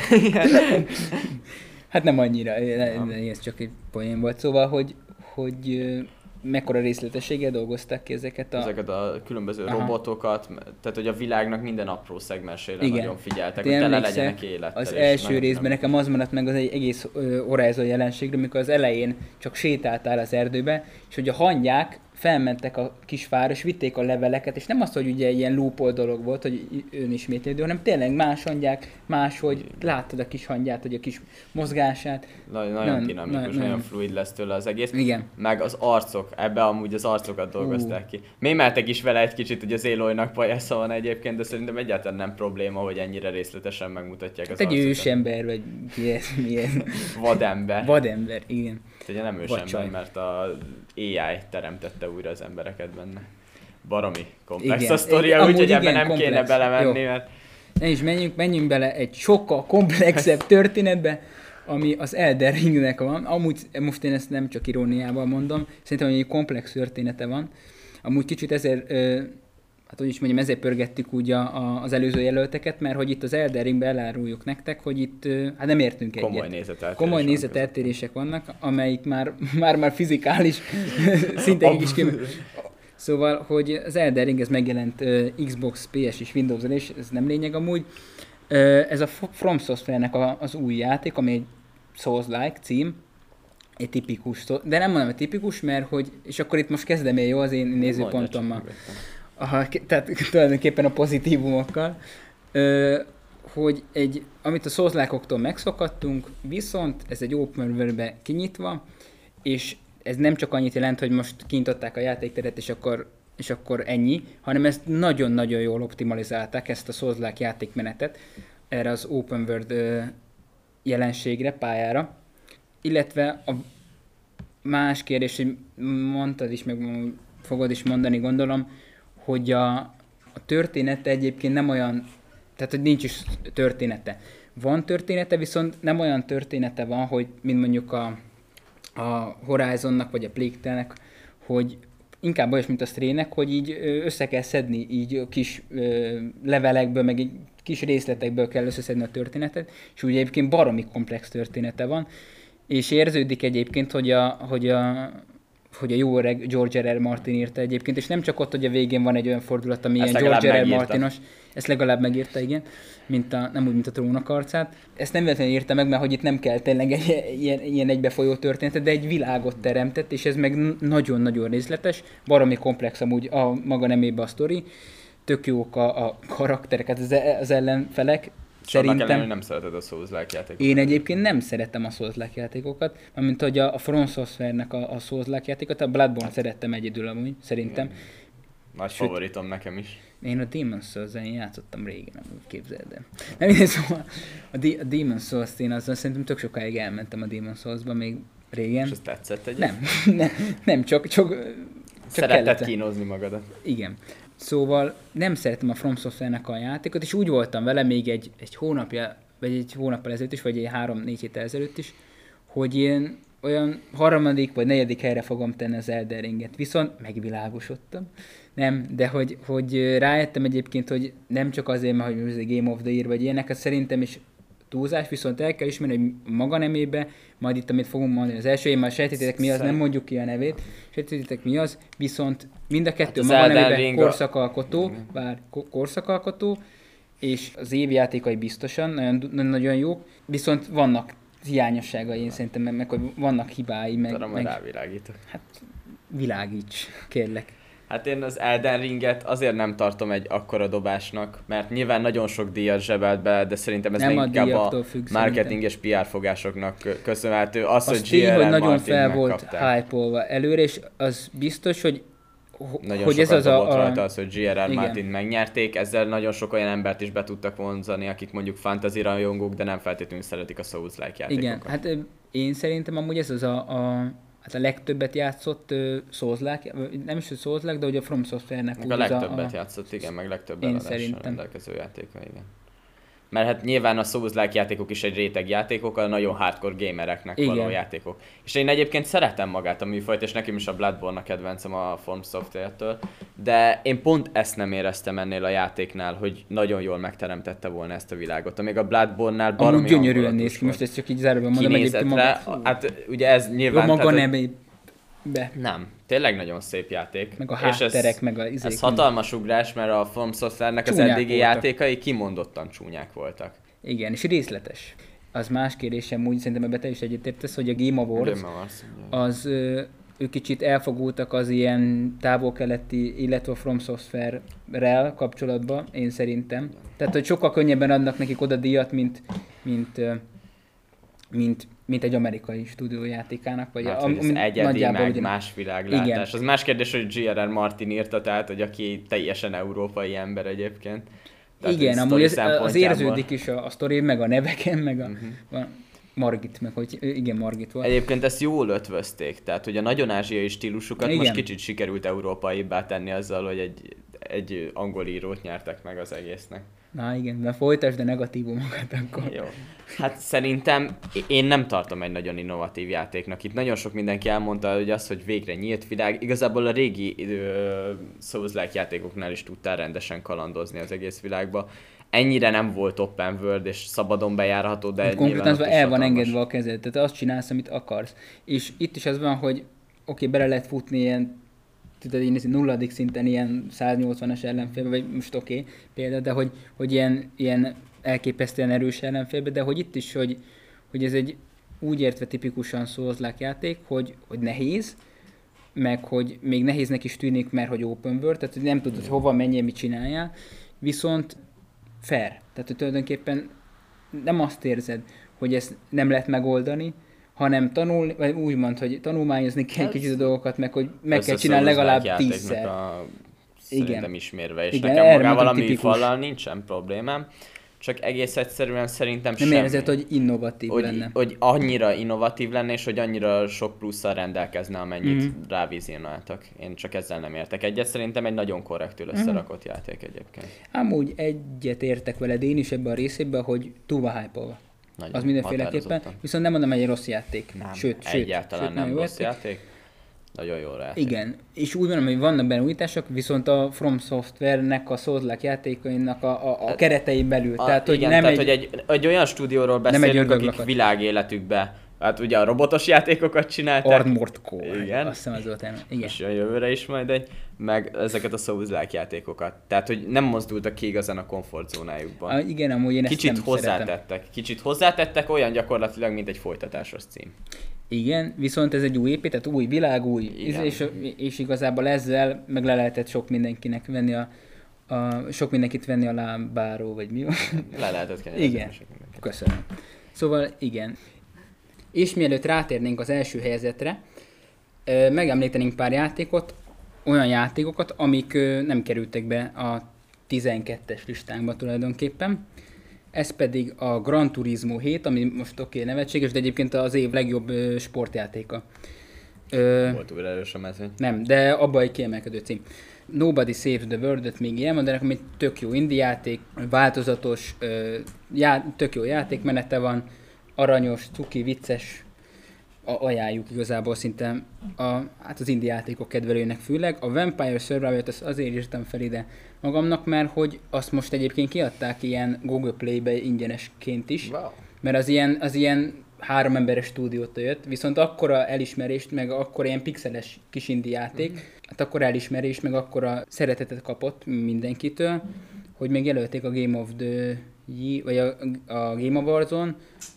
A: Hát nem annyira, ez csak egy poén volt. Szóval, hogy mekkora részletességgel dolgozták ki ezeket
B: a különböző robotokat, tehát hogy a világnak minden apró szegmensére nagyon figyeltek, hogy tele legyenek élettel.
A: Az első részben nekem az maradt meg az egy egész Horizon jelenségről, amikor az elején csak sétáltál az erdőbe, és hogy a hangyák felmentek a kisvárra, és vitték a leveleket, és nem az, hogy ugye ilyen loopol dolog volt, hogy önismétlődő, hanem tényleg más hangyák, máshogy láttad a kis hangyát, hogy a kis mozgását.
B: Nagyon dinamikus, nagyon fluid lesz tőle az egész.
A: Igen.
B: Meg az arcok, ebbe amúgy az arcokat dolgozták ki. Mémeltek is vele egy kicsit, hogy az Aloy-nak pajásza van egyébként, de szerintem egyáltalán nem probléma, hogy ennyire részletesen megmutatják az arcokat.
A: Egy ősember, vagy milyen.
B: Vadember.
A: Vadember, igen.
B: Ugye nem ősember, mert a AI teremtette újra az embereket benne. Baromi komplex a sztoria, úgyhogy ebben nem komplex. Kéne belemenni, mert...
A: Ne is menjünk bele egy sokkal komplexebb történetbe, ami az Elden Ringnek van. Amúgy most én ezt nem csak iróniával mondom, szerintem egy komplex története van. Amúgy kicsit ezért, hát hogy is mondjam, ezért pörgettük úgy az előző jelölteket, mert hogy itt az Elden Ringbe eláruljuk nektek, hogy itt hát nem értünk egyet. Komoly nézeteltérések vannak, amelyik már fizikális szinten is Szóval, hogy az Elden Ring ez megjelent Xbox, PS és Windows-on, és ez nem lényeg amúgy. Ez a From Software-nek az új játék, ami egy Souls-like cím, egy tipikus, de nem mondom, hogy tipikus, mert hogy, és akkor itt most kezdem én, jó, az én nézőpontommal. Tehát tulajdonképpen a pozitívumokkal, hogy amit a Souls-likeoktól megszokhattunk, viszont ez egy open world-be kinyitva, és ez nem csak annyit jelent, hogy most kinyitották a játékteret, és akkor ennyi, hanem ezt nagyon-nagyon jól optimalizálták, ezt a Souls-like játékmenetet erre az open world jelenségre, pályára. Illetve a más kérdés, hogy mondtad is, meg fogod is mondani, gondolom, hogy a története egyébként nem olyan, tehát hogy nincs is története. Van története, viszont nem olyan története van, hogy mint mondjuk a Horizonnak, vagy a Plague Tale-nek, hogy inkább olyas, mint a Stray-nek, hogy így össze kell szedni így kis levelekből, meg így kis részletekből kell összeszedni a történetet, és úgy egyébként baromi komplex története van, és érződik egyébként, hogy a jó öreg George R. R. Martin írta egyébként, és nem csak ott, hogy a végén van egy olyan fordulat, ami ilyen George R. R. Martinos, ezt legalább megírta, igen, nem úgy, mint a Trónok arcát. Ezt nem véletlenül írta meg, mert hogy itt nem kell tényleg egy ilyen egybefolyó történetet, de egy világot teremtett, és ez meg nagyon-nagyon részletes, baromi komplex amúgy a maga nemében a sztori, tök jók a karakterek, az ellenfelek.
B: Szerintem nem szereted a Souls-like játékokat.
A: Én egyébként nem szeretem a Souls-like játékokat, mint hogy a From Software-nek a Souls-like játékokat, a Bloodborne szerettem egyedül amúgy, szerintem.
B: Nagy favoritom nekem is.
A: Én a Demon's Souls-en játszottam régen, amúgy képzeld el. Nem, én szóval a Demon's Souls-t én azzal szerintem tök sokáig elmentem a Demon's Souls-ba még régen.
B: És ez tetszett egyébként?
A: Nem, csak
B: szeretted kínozni magadat.
A: Igen. Szóval nem szeretem a From Software-nek a játékot, és úgy voltam vele még egy hónapja, vagy egy hónappal ezelőtt is, vagy egy 3-4 héttel ezelőtt is, hogy én olyan 3. vagy 4. helyre fogom tenni az Elden Ringet. Viszont megvilágosodtam. Nem, de hogy rájöttem egyébként, hogy nem csak azért, mert hogy ez egy Game of the Year, vagy ilyeneket szerintem is túlzás, viszont el kell ismerni, hogy maga nemébe, majd itt, amit fogunk mondani az első, én már sejtetitek mi az, nem mondjuk ki a nevét, sejtetitek mi az, viszont mind a kettő
B: hát
A: maga nemébe korszakalkotó, és az év játékai biztosan nagyon jók, viszont vannak hiányosságai, én szerintem, meg hogy vannak hibái, meg
B: rávilágítok.
A: Hát világíts, kérlek.
B: Hát én az Elden Ringet azért nem tartom egy akkora dobásnak, mert nyilván nagyon sok díjat zsebelt be, de szerintem ez nem inkább a marketing és PR fogásoknak köszönhető.
A: Az tény, hogy nagyon fel volt hype-olva előre, és az biztos, hogy
B: nagyon ez az rajta az, hogy J.R.R. Martint megnyerték, ezzel nagyon sok olyan embert is be tudtak vonzani, akik mondjuk fantasy rajongók, de nem feltétlenül szeretik a Souls-like játékokat.
A: Igen, hát én szerintem amúgy ez az hát a legtöbbet játszott Souls-like, nem is a Souls-like, de hogy a From Software-nek
B: a legtöbbet játszott, igen, meg legtöbb eladással rendelkező játéka, igen. Mert hát nyilván a Souls-like játékok is egy réteg játékok, a nagyon hardcore gamereknek való játékok. És én egyébként szeretem magát a műfajt, és nekem is a Bloodborne a kedvencem a From Software-től, de én pont ezt nem éreztem ennél a játéknál, hogy nagyon jól megteremtette volna ezt a világot. Amíg a Bloodborne-nál baromi
A: amúgy gyönyörűen néz ki, most ezt csak így záróban mondom,
B: egyébként hát ugye ez nyilván...
A: Maga be.
B: Nem, tényleg nagyon szép játék.
A: Meg a hátterek, meg a izék.
B: Ez hatalmas ugrás, mert a From Software-nek az eddigi játékai kimondottan csúnyák voltak.
A: Igen, és részletes. Az más kérdésem, úgy szerintem ebben te is egyetértesz, hogy a Game Awards az ők kicsit elfogultak az ilyen távol-keleti, illetve a From Software-rel kapcsolatban, én szerintem. Tehát, hogy sokkal könnyebben adnak nekik oda díjat, mint egy amerikai stúdiójátékának, vagy
B: hát, hogy ez egyedi, meg más világlátás. Igen. Az más kérdés, hogy J.R.R. Martin írta, tehát, hogy aki teljesen európai ember egyébként.
A: Tehát igen, amúgy az érződik is a sztori, meg a neveken, meg a Margit, meg hogy igen, Margit volt.
B: Egyébként ezt jól ötvözték, tehát hogy a nagyon ázsiai stílusukat most kicsit sikerült európaibbá tenni azzal, hogy egy angol írót nyertek meg az egésznek.
A: Na igen, de folytasd a negatívumokat akkor.
B: Jó. Hát szerintem én nem tartom egy nagyon innovatív játéknak. Itt nagyon sok mindenki elmondta, hogy az, hogy végre nyílt világ. Igazából a régi Souls-like játékoknál is tudtál rendesen kalandozni az egész világba. Ennyire nem volt open world és szabadon bejárható, de
A: konkrétan el van engedve a kezed, tehát azt csinálsz, amit akarsz. És itt is az van, hogy oké, bele lehet futni ilyen, tudod, én nulladik szinten ilyen 180-as ellenfélbe, vagy most oké, például, de hogy ilyen elképesztően erős ellenfélbe, de hogy itt is, hogy ez egy úgy értve tipikusan Souls-like játék, hogy nehéz, meg hogy még nehéznek is tűnik, mert hogy open world, tehát nem tudod, hogy hova menjél, mit csináljál, viszont fair. Tehát hogy tulajdonképpen nem azt érzed, hogy ezt nem lehet megoldani, hanem tanulni, vagy úgymond, hogy tanulmányozni kell kicsit a dolgokat, meg hogy meg kell csinálni legalább 10-szer.
B: Szerintem ismérve, és
A: igen,
B: nekem magával a műfallal nincsen problémám. Csak egész egyszerűen szerintem
A: nem érzed, hogy innovatív lenne.
B: Hogy annyira innovatív lenne, és hogy annyira sok plusszal rendelkezne, amennyit rávizionáltak. Én csak ezzel nem értek egyet. Szerintem egy nagyon korrektül összerakott játék egyébként.
A: Amúgy egyet értek veled én is ebben a részében, hogy túl van hype-olva. Az mindenféleképpen. Viszont nem mondom, hogy egy rossz játék.
B: Nem,
A: sőt,
B: egyáltalán nem rossz játék. Nagyon jól játék.
A: Igen, és úgy mondom, hogy vannak benne újítások, viszont a From Software-nek a Souls-like játékainak a keretein belül. Tehát,
B: igen,
A: hogy nem
B: hogy egy olyan stúdióról beszélünk, akik világéletükben, hát ugye a robotos játékokat csinálták.
A: Armored Core,
B: igen.
A: Azt hiszem ez volt el. Igen.
B: És a jövőre is majd meg ezeket a Souls-like játékokat. Tehát, hogy nem mozdultak ki igazán a komfortzónájukban.
A: Igen, amúgy én ezt nem szeretem.
B: Kicsit hozzátettek, olyan gyakorlatilag, mint egy folytatásos cím.
A: Igen, viszont ez egy új épít, tehát új világ, és igazából ezzel meg le lehetett sok mindenkinek venni sok mindenkit venni a lábáról, vagy mi van?
B: Le lehetett kenni.
A: Igen, köszönöm. Szóval igen. És mielőtt rátérnénk az első helyezetre, megemlítenénk pár játékot, olyan játékokat, amik nem kerültek be a 12-es listánkba tulajdonképpen. Ez pedig a Gran Turismo 7, ami most nevetséges, de egyébként az év legjobb sportjátéka.
B: Volt újra erős a mezőny.
A: Nem, de abban egy kiemelkedő cím. Nobody Saves the World-et még elmondanak, ami tök jó indie játék, változatos, tök jó játékmenete van, aranyos, cuki, vicces, ajánljuk igazából szinte az indie játékok kedvelőinek főleg. A Vampire Survivor-t azért írtam fel ide magamnak, mert hogy azt most egyébként kiadták ilyen Google Play-be ingyenesként is, wow. Mert az ilyen 3 emberes stúdiótól jött, viszont akkora elismerést, meg akkora ilyen pixeles kis indie játék, hát akkora elismerést, meg akkora szeretetet kapott mindenkitől, hogy még jelölték a Game of the Year, vagy a Game Awards-on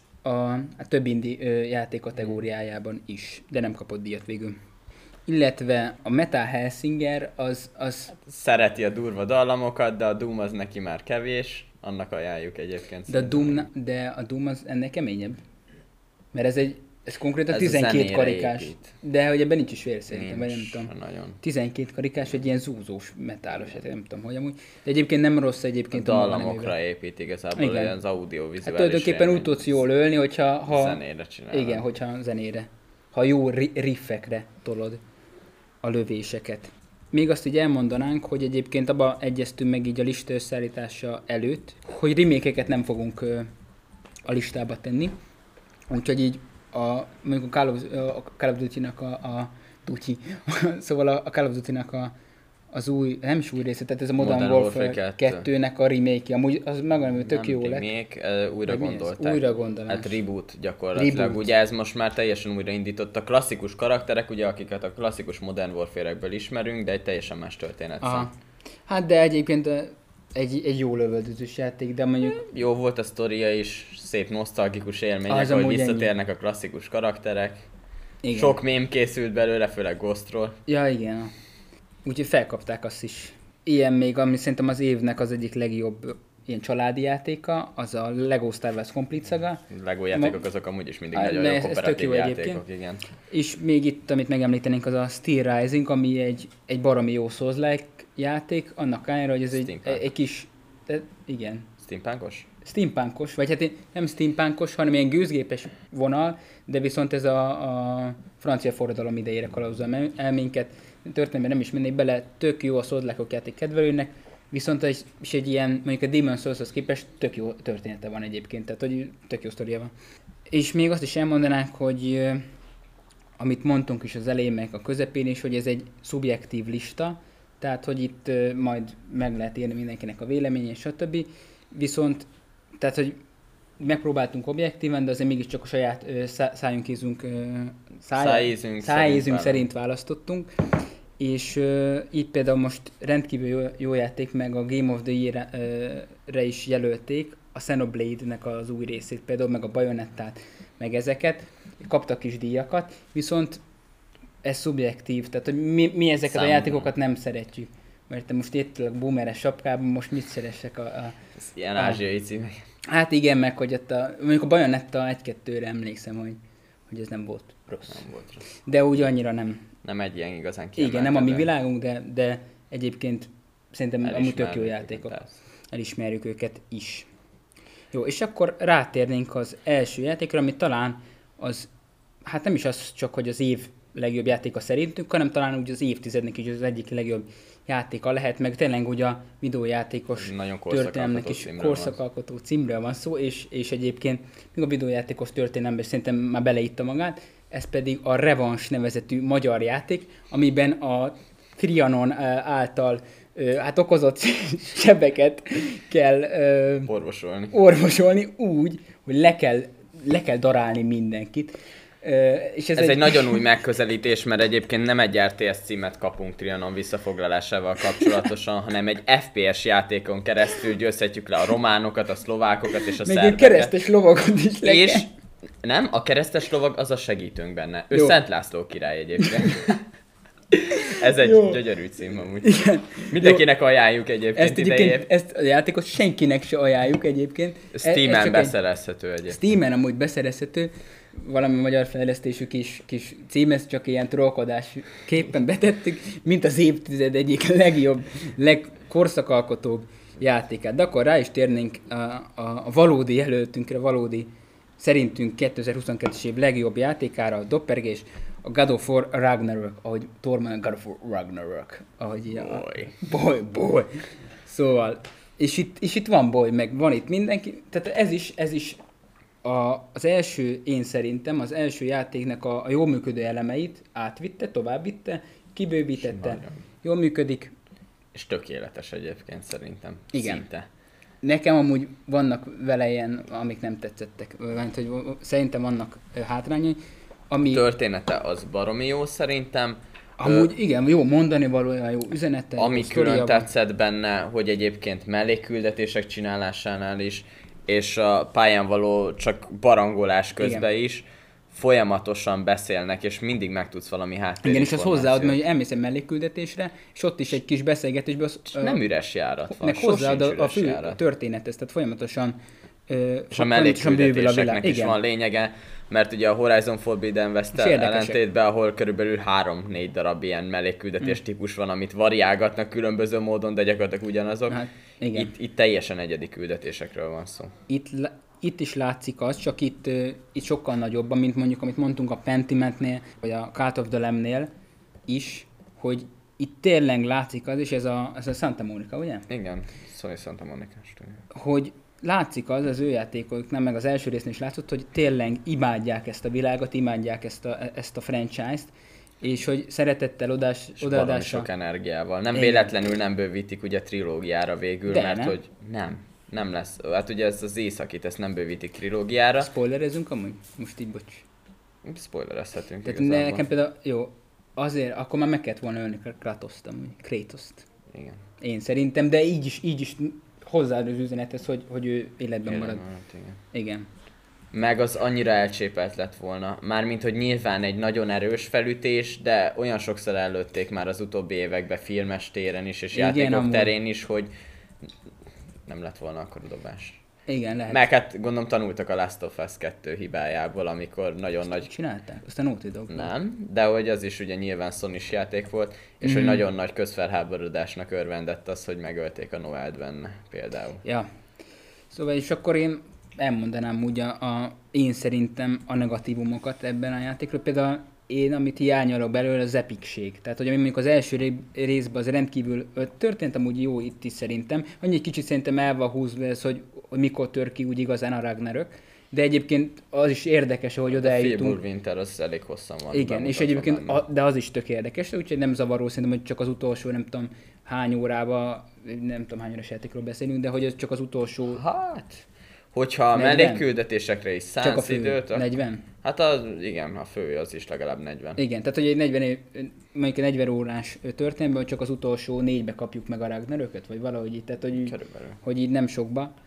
A: a több indie játék kategóriájában is, de nem kapott díjat végül. Illetve a Metal Hellsinger az...
B: Szereti a durva dallamokat, de a Doom az neki már kevés, annak ajánljuk egyébként.
A: De a Doom az ennek keményebb. Mert ez konkrétan 12 karikás. Épít. De hogy ebben nincs is fél szerintem, vagy nem tudom.
B: Nagyon.
A: 12 karikás, egy ilyen zúzós metálos, nem tudom, hogy amúgy. De egyébként nem rossz egyébként.
B: A dallamokra épít igazából, az audiovizuális. Hát
A: tulajdonképpen úgy tudsz jól ölni, hogyha...
B: Zenére csinálod.
A: Igen, hogyha zenére. Ha jó riffekre tolod a lövéseket. Még azt így elmondanánk, hogy egyébként abba egyeztünk meg így a lista összeállítása előtt, hogy remake-eket nem fogunk a listába tenni. Úgyhogy így mondjuk a Call of Duty-nak szóval a Call of Duty-nak az új, nem is új része, tehát ez a Modern Warfare 2-nek a remake-je, amúgy az megmondom, tök jó lett.
B: Újra gondolták.
A: Újra gondolás.
B: Hát reboot gyakorlatilag. Ugye ez most már teljesen újraindított. A klasszikus karakterek, ugye akiket a klasszikus Modern Warfare-ekből ismerünk, de egy teljesen más történet.
A: Hát de egyébként egy jó lövöldözős játék, de mondjuk...
B: Jó volt a sztoria is, szép nosztalgikus élmények, hogy visszatérnek a klasszikus karakterek. Igen. Sok mém készült belőle, főleg Ghostról.
A: Ja, igen. Úgyhogy felkapták azt is. Ilyen még, ami szerintem az évnek az egyik legjobb ilyen családi játéka, az a Lego Star Wars Complete Saga.
B: Lego játékok azok amúgy is mindig nagyon jó kooperatív játékok, igen.
A: És még itt, amit megemlítenénk, az a Steel Rising, ami egy baromi jó Souls-like játék, annak ellenére, hogy ez egy kis... igen. Steampunkos, vagy hát nem steampunkos, hanem ilyen gőzgépes vonal, de viszont ez a francia forradalom idejére kalauzol el minket. Történetben nem is mennék bele, tök jó a Souls-like játék kedvelőnek, viszont is egy ilyen, mondjuk a Demon's Souls-hoz képest tök jó története van egyébként, tehát hogy tök jó sztoria van. És még azt is elmondanánk, hogy amit mondtunk is az elején, meg a közepén is, hogy ez egy szubjektív lista, tehát hogy itt majd meg lehet írni mindenkinek a véleményét, stb. Viszont, tehát hogy megpróbáltunk objektíven, de azért mégiscsak a saját szájízünk szerint választottunk. És így például most rendkívül jó játék, meg a Game of the Year-re is jelölték a Xenoblade-nek az új részét, például meg a Bayonettát, meg ezeket, kaptak is díjakat, viszont ez szubjektív, tehát hogy mi ezeket a játékokat nem szeretjük. Mert te most itt a boomeres sapkában, most mit szeressek
B: ez ilyen ázsiai címek.
A: Hát igen, meg hogy ott mondjuk a Bayonetta 1-2-re emlékszem, hogy ez nem volt rossz.
B: Nem volt rossz.
A: De úgy annyira nem.
B: Nem egy ilyen igazán
A: igen, nem a mi világunk, de egyébként szerintem amúgy tök jó játékok. Elismerjük őket is. Jó, és akkor rátérnénk az első játékra, ami talán az, hát nem is az csak, hogy az év legjobb játéka szerintünk, hanem talán úgy az évtizednek is az egyik legjobb játéka lehet, meg tényleg ugye a videójátékos történelemnek is korszakalkotó címről van szó, és egyébként még a videójátékos történelemben szerintem már beleitta magát, ez pedig a Revanche nevezetű magyar játék, amiben a Trianon által hát okozott sebeket kell orvosolni úgy, hogy le kell darálni mindenkit.
B: És ez egy nagyon új megközelítés, mert egyébként nem egy RTS címet kapunk Trianon visszafoglalásával kapcsolatosan, hanem egy FPS játékon keresztül győzhetjük le a románokat, a szlovákokat és a szerbeket.
A: Még egy keresztes lovagot is le
B: és nem, a keresztes lovag az a segítőnk benne. Ő Szent László király egyébként. Ez egy gyönyörű cím amúgy. Igen. Mindenkinek ajánljuk egyébként idején.
A: Ezt a játékot senkinek se ajánljuk egyébként.
B: Steamen beszerezhető egyébként.
A: Steamen amúgy beszerezhető. Valami magyar fejlesztésű kis cím, ezt csak ilyen trollkodás képpen betettük, mint az évtized egyik legjobb, legkorszakalkotóbb játékát. De akkor rá is térnénk a valódi jelöltünkre, valódi szerintünk 2022-es év legjobb játékára, a Doppergés, a God of War Ragnarök, ahogy Tormund God of War Ragnarök, ahogy boy. Szóval, és itt van boy, meg van itt mindenki, tehát ez is az első, én szerintem, az első játéknak a jól működő elemeit átvitte, továbbvitte, kibővítette, jól működik.
B: És tökéletes egyébként szerintem.
A: Igen.
B: Szinte.
A: Nekem amúgy vannak vele ilyen, amik nem tetszettek, mert hogy szerintem vannak hátrányai. Ami
B: története az baromi jó szerintem.
A: Amúgy igen, jó mondani valójában, jó üzenete.
B: Ami külön tetszett benne, hogy egyébként mellékküldetések csinálásánál is, és a pályán való csak barangolás közben is folyamatosan beszélnek, és mindig megtudsz valami háttérinformációt.
A: Igen, és az hozzáad, hogy elmész egy mellékküldetésre, és ott is egy kis beszélgetésben...
B: nem üres járat van,
A: meg hozzáad a fő történetet, tehát folyamatosan
B: és a mellékküldetéseknek is van lényege, mert ugye a Horizon Forbidden West-tel ellentétben, ahol körülbelül 3-4 darab ilyen mellékküldetés típus van, amit variálgatnak különböző módon, de gyakorlatilag ugyanazok. Hát, itt teljesen egyedi küldetésekről van szó.
A: Itt is látszik az, csak itt sokkal nagyobban, mint mondjuk, amit mondtunk a Pentimentnél, vagy a Cult of the Lamb-nél is, hogy itt tényleg látszik az, és ez a Santa Monica, ugye?
B: Igen, Sony Santa Monica.
A: Hogy látszik az ő játékoknál, meg az első résznél is látszott, hogy tényleg imádják ezt a világot, imádják ezt a franchise-t, és hogy szeretettel odaadással...
B: sok energiával. Nem véletlenül nem bővítik ugye trilógiára végül, mert nem. Hogy nem lesz. Hát ugye ez az északit, ezt nem bővítik trilógiára.
A: Spoilerezünk amúgy? Most így bocs.
B: Spoilerezhetünk
A: tehát igazából. Nekem például, jó, azért, akkor már meg kellett volna ölni Kratoszt.
B: Igen.
A: Én szerintem, de így is hozzáad az üzenethez, hogy ő életben marad. Igen.
B: Meg az annyira elcsépelt lett volna. Mármint, hogy nyilván egy nagyon erős felütés, de olyan sokszor előtték már az utóbbi években filmes téren is, és játékok terén is, hogy nem lett volna akkor dobás.
A: Igen, lehet.
B: Meg hát gondolom tanultak a Last of Us 2 hibájából, amikor nagyon nagy...
A: Csinálták? Aztán Naughty Dog.
B: Nem, de hogy az is ugye nyilván Sony-s játék volt, és hogy nagyon nagy közfelháborodásnak örvendett az, hogy megölték a Noelt benne például.
A: Ja. Szóval és akkor én elmondanám úgy én szerintem a negatívumokat ebben a játékról. Például én, amit hiányolok belőle, az epicség. Tehát, hogy mondjuk az első részben az rendkívül történt, amúgy jó itt is szerintem. Annyi egy kicsit szerintem el van húzva ez, hogy mikor tör ki úgy igazán a Ragnarök. De egyébként az is érdekes, hogy oda eljutunk.
B: A Winter az elég hosszan van.
A: Igen, és egyébként de az is tök érdekes, úgyhogy nem zavaró szerintem, hogy csak az utolsó, nem tudom hány órában, nem tudom hány órás játékról beszélünk, de hogy ez csak az utolsó...
B: Hát... Hogyha a mellékküldetésekre is szánsz időt...
A: 40?
B: Hát igen, a fő az is legalább 40.
A: Igen, tehát hogy egy 40 órás történetben, csak az utolsó 4-be kapjuk meg a Ragnarököt, vagy valahogy így, tehát hogy így nem sokba.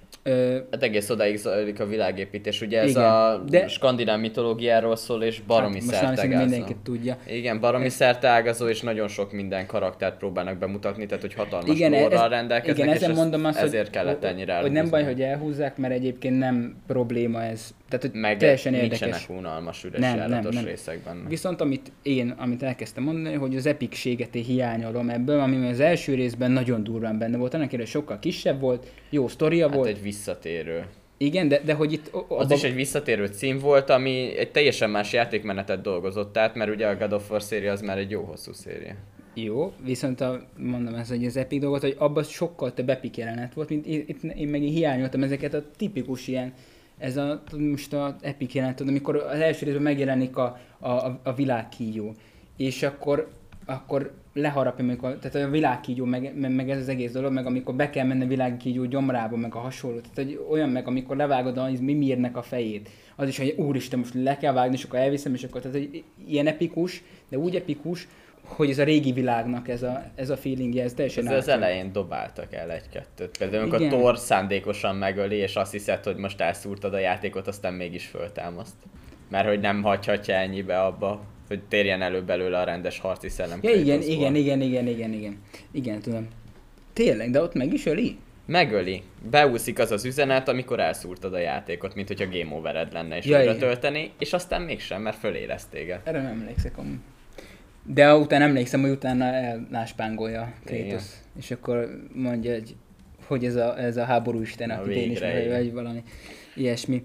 B: Hát egész odáig zajlik a világépítés, ugye ez a skandináv mitológiáról szól, és baromi szerteágazó.
A: Mindenki tudja.
B: Igen, baromi szerteágazó, és nagyon sok minden karaktert próbálnak bemutatni, tehát hogy hatalmas lore-ral rendelkeznek,
A: igen, ezen mondom azt,
B: ezért kellett ennyire elhúzni.
A: Hogy nem baj, hogy elhúzzák, mert egyébként nem probléma ez. Tehát, hogy
B: meg
A: teljesen érdekes.
B: Nincsenek unalmas, üres járatos részekben.
A: Viszont amit elkezdtem mondani, hogy az epicséget én hiányolom ebből, ami az első részben nagyon durván benne volt, annak hogy sokkal kisebb volt, jó sztoria volt.
B: egy visszatérő.
A: Igen, de hogy itt...
B: Az is egy visszatérő cím volt, ami egy teljesen más játékmenetet dolgozott át, mert ugye a God of War széria az már egy jó hosszú széria.
A: Jó, viszont mondom ezt, hogy az Epic dolgot, hogy abban sokkal több Epic jelenet volt, mint itt én meg hiányoltam ezeket a tipikus ilyen, ez most a Epic jelenet, amikor az első részben megjelenik a világkígyó, és akkor leharapja, tehát a világkígyó, meg ez az egész dolog, meg amikor be kell menni a világkígyó gyomrába, meg a hasonló, tehát hogy olyan meg, amikor levágod a Mimirnek a fejét, az is, hogy úristen, most le kell vágni, és akkor elviszem, és akkor, tehát hogy ilyen epikus, de úgy epikus, hogy ez a régi világnak ez a feelingje, ez teljesen
B: az elején dobáltak el egy-kettőt. Például amikor Thor szándékosan megöli, és azt hiszed, hogy most elszúrtad a játékot, aztán mégis föltámaszt. Mert hogy nem hagyhatja ennyibe abba, hogy térjen elő belőle a rendes harci szellem.
A: Ja, igen. Igen, tudom. Tényleg, de ott meg is öli?
B: Megöli. Beúszik az üzenet, amikor elszúrtad a játékot, mint hogyha game overed lenne, és újra tölteni, és aztán mégsem, mert fölélesz téged.
A: Erre nem emlékszek amúgy. De utána emlékszem, hogy utána elnáspángolja Kratos, és akkor mondja, hogy ez a háború isten, akit én is vagy valami ilyesmi.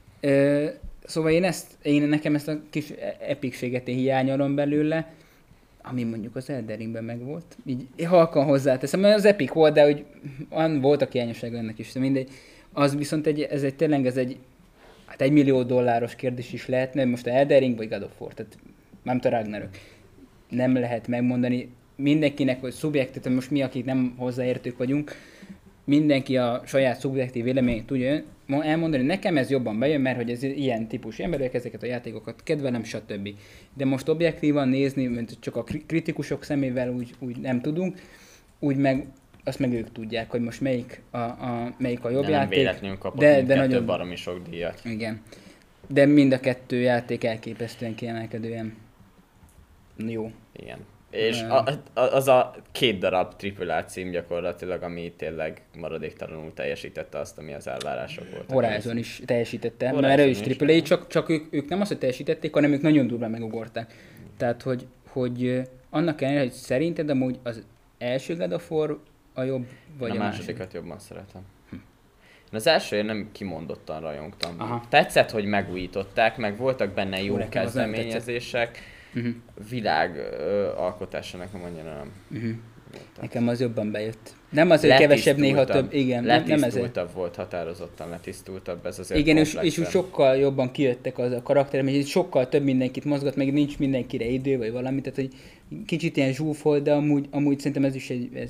A: Szóval nekem ezt a kis epicséget én hiányolom belőle, ami mondjuk az Elden Ringben megvolt. Így halkan hozzáteszem, mert az epic volt, de hogy voltak hiányossága ennek is, de mindegy. Az viszont tényleg ez egy $1 millió kérdés is lehetne, most a Elden Ring vagy God of War, tehát nem a Ragnarök. Nem lehet megmondani mindenkinek, hogy szubjektív, most mi, akik nem hozzáértők vagyunk, mindenki a saját szubjektív véleményét tudja elmondani, nekem ez jobban bejön, mert hogy ez ilyen típusú emberek, ezeket a játékokat kedvelem, stb. De most objektívan nézni, mint csak a kritikusok szemével úgy nem tudunk, úgy meg azt meg ők tudják, hogy most melyik a jobb játék. Nem
B: véletlenül kapott mindkettő nagyon baromi sok díjat.
A: Igen. De mind a kettő játék elképesztően kiemelkedően jó.
B: Igen. És az a 2 darab AAA cím gyakorlatilag, ami tényleg maradéktalanul teljesítette azt, ami az elvárások volt.
A: Horizon is teljesítette, mert ő is AAA, csak ők nem azt, hogy teljesítették, hanem ők nagyon durván megugorták. Tehát, hogy annak ellenére, hogy szerinted amúgy az első God of War a jobb, vagy a
B: másodikat jobban szeretem. Az elsőért nem kimondottan rajongtam. Aha. Tetszett, hogy megújították, meg voltak benne jó kezdeményezések. Világ alkotása nekem annyira nem.
A: Nekem az jobban bejött. Nem azért kevesebb, néha több. Igen,
B: letisztultabb volt, határozottan letisztultabb, ez azért
A: igen, és úgy sokkal jobban kijöttek az a karakterem, és sokkal több mindenkit mozgat, meg nincs mindenkire idő, vagy valami, tehát hogy kicsit ilyen zsúfolt, de amúgy szerintem ez is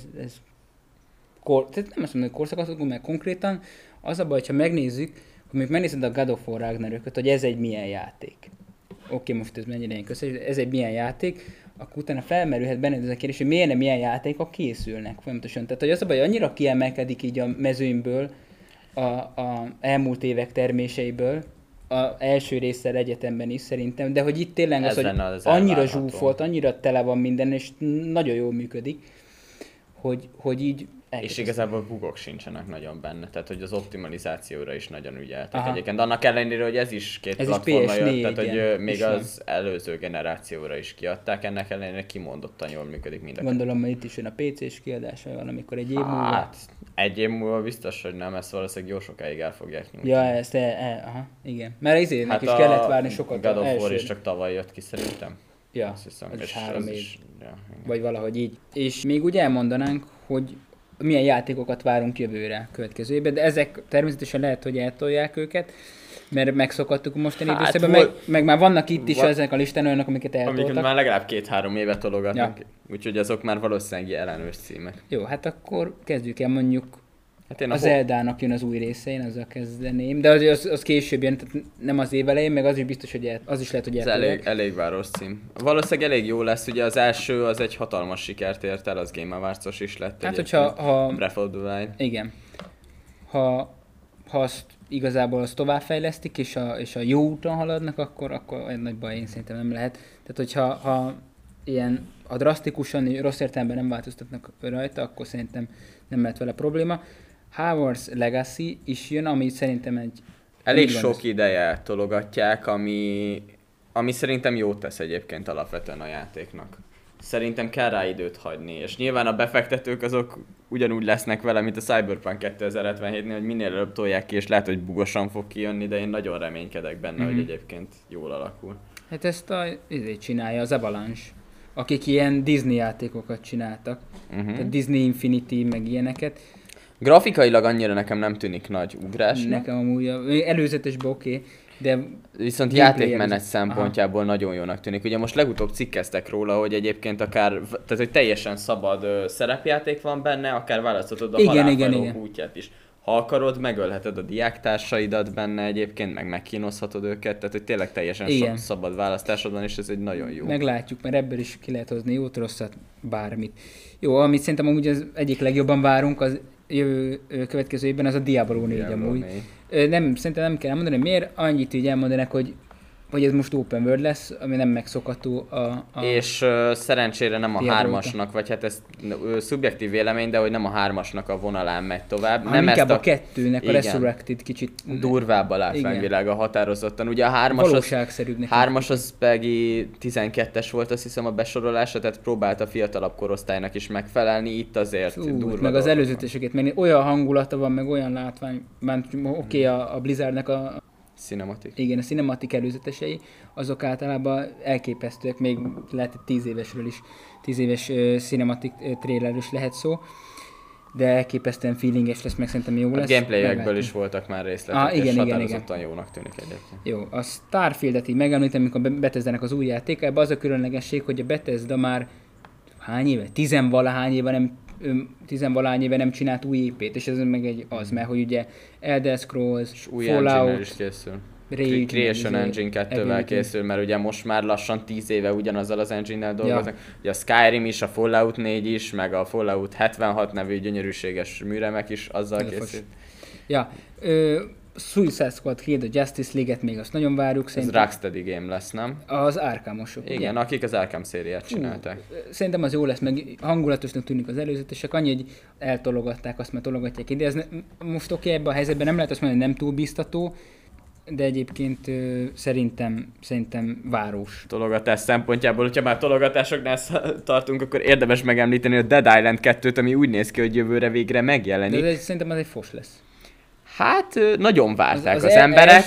A: tehát nem azt mondom, hogy korszakaszokon, meg konkrétan, az a baj, ha megnézzük, hogy még megnézed a God of War Ragnarököt, hogy ez egy milyen játék. Oké, most ez mennyire ilyen közös, ez egy milyen játék, akkor utána felmerülhet benned ez a kérdés, hogy miért nem ilyen játékok készülnek folyamatosan. Tehát, hogy az a baj, annyira kiemelkedik így a mezőnyből, a elmúlt évek terméseiből, az első résszel egyetemben is szerintem, de hogy itt tényleg az, hogy annyira zsúfolt, annyira tele van minden, és nagyon jól működik, hogy így
B: és igazából bugok sincsenek nagyon benne, tehát hogy az optimalizációra is nagyon ügyeltek egyébként. Annak ellenére, hogy ez is két platformra jött, tehát hogy még az előző generációra is kiadták, ennek ellenére kimondottan jól működik mind a kettő.
A: Gondolom, hogy itt is jön a PC-s kiadás, vagy valamikor egy év múlva.
B: Hát, egy év múlva biztos, hogy nem, ezt valószínűleg jó sokáig el fogják nyújtani.
A: Ja, ezt igen. Mert izének is kellett várni sokat.
B: God of War is csak tavaly jött ki szerintem.
A: Ja, azt hiszem, az is 3 év. Vagy valahogy így. És még úgy elmondanánk, hogy milyen játékokat várunk jövőre, következő évben, de ezek természetesen lehet, hogy eltolják őket, mert megszokattuk mostani időszakban, meg már vannak itt is ezek a listán olyanok, amiket eltoltak.
B: Amiket már legalább 2-3 évet tologatnak, úgyhogy azok már valószínűleg ellenőrs címek.
A: Jó, hát akkor kezdjük el mondjuk a Zeldának jön az új része, én azzal kezdeném, de az később jön, tehát nem az év elején, meg az is biztos, hogy az is lehet, hogy eltolják.
B: Ez elég város cím. Valószínűleg elég jó lesz, ugye az első az egy hatalmas sikert ért el, az Game Awards-os is lett.
A: Hát hogyha
B: Breath of the Wild.
A: Igen. Ha ha azt igazából azt továbbfejlesztik, és a jó úton haladnak, akkor olyan nagy baj én szerintem nem lehet. Tehát, hogyha ilyen, ha drasztikusan, rossz értelemben nem változtatnak rajta, akkor szerintem nem lehet vele probléma. Hogwarts Legacy is jön, ami szerintem egy...
B: Elég sok ideje tologatják, ami szerintem jót tesz egyébként alapvetően a játéknak. Szerintem kell rá időt hagyni, és nyilván a befektetők azok ugyanúgy lesznek vele, mint a Cyberpunk 2077-nél, hogy minél előbb tolják ki, és lehet, hogy bugosan fog kijönni, de én nagyon reménykedek benne, hogy egyébként jól alakul.
A: Hát ezt ezért csinálja az Avalanche, akik ilyen Disney játékokat csináltak, tehát Disney Infinity, meg ilyeneket.
B: Grafikailag annyira nekem nem tűnik nagy ugrásnak.
A: Nekem amúgy előzetesben oké, de...
B: Viszont játékmenet szempontjából nagyon jónak tűnik. Ugye most legutóbb cikkeztek róla, hogy egyébként tehát hogy teljesen szabad szerepjáték van benne, akár választhatod a halálfajrók útját is. Ha akarod, megölheted a diáktársaidat benne egyébként, meg megkínozhatod őket, tehát hogy tényleg teljesen szabad választásod van, és ez egy nagyon jó.
A: Meglátjuk, mert ebből is ki lehet hozni jót, rosszat, bármit. Jó, amit szerintem amúgy az egyik legjobban várunk, az következő évben az a Diablo 4 amúgy. Szerintem nem kell elmondani, miért, annyit így elmondanak, hogy ez most open world lesz, ami nem megszokható
B: és szerencsére nem a 3-asnak, vagy hát ez szubjektív vélemény, de hogy nem a 3-asnak a vonalán megy tovább. Nem
A: inkább a 2-nek a Resurrected kicsit
B: durvább a látványvilága határozottan. Ugye a 3-as az pedig 12-es volt, azt hiszem a besorolása, tehát próbált a fiatalabb korosztálynak is megfelelni, itt azért durva.
A: Meg az előzeteseket, mert olyan hangulata van, meg olyan látvány, oké, a Blizzardnak a
B: Cinematic.
A: Igen, a cinematic előzetesei, azok általában elképesztőek, még lehet 10 évesről is, 10 éves cinematic trailerről is lehet szó, de elképesztően feelinges lesz, meg szerintem jó lesz.
B: A gameplayekből is voltak már részletek, és határozottan jónak tűnik egyébként.
A: Jó, a Starfieldet így megemlítem, amikor Bethesdának az új játékában, az a különlegesség, hogy a Bethesda már hány éve? Tizenvalahány éve nem csinált új IP-t, és ez meg mert hogy ugye Elder Scrolls,
B: és új
A: Fallout,
B: engine is készül. Creation Engine 2-vel készül, mert ugye most már lassan 10 éve ugyanazzal az engine-nel dolgoznak. Ugye a Skyrim is, a Fallout 4 is, meg a Fallout 76 nevű gyönyörűséges műremek is azzal készül.
A: Ja, Suicide Squad Kill the Justice League-et még azt nagyon várjuk.
B: Ez Rocksteady game lesz, nem?
A: Az Arkhamosok.
B: Igen, ugye? Akik az Arkham szériát csinálták.
A: Szerintem az jó lesz, meg hangulatosnak tűnik az előzetesek, annyi, hogy eltologatták, azt már tologatják ide. Ez most ebben a helyzetben nem lehet azt mondani, hogy nem túl biztató, de egyébként szerintem város.
B: Tologatás szempontjából, hogyha már tologatásoknál tartunk, akkor érdemes megemlíteni a Dead Island 2-t, ami úgy néz ki, hogy jövőre végre megjelenik.
A: De szerintem az egy fos lesz.
B: Hát nagyon várták az emberek.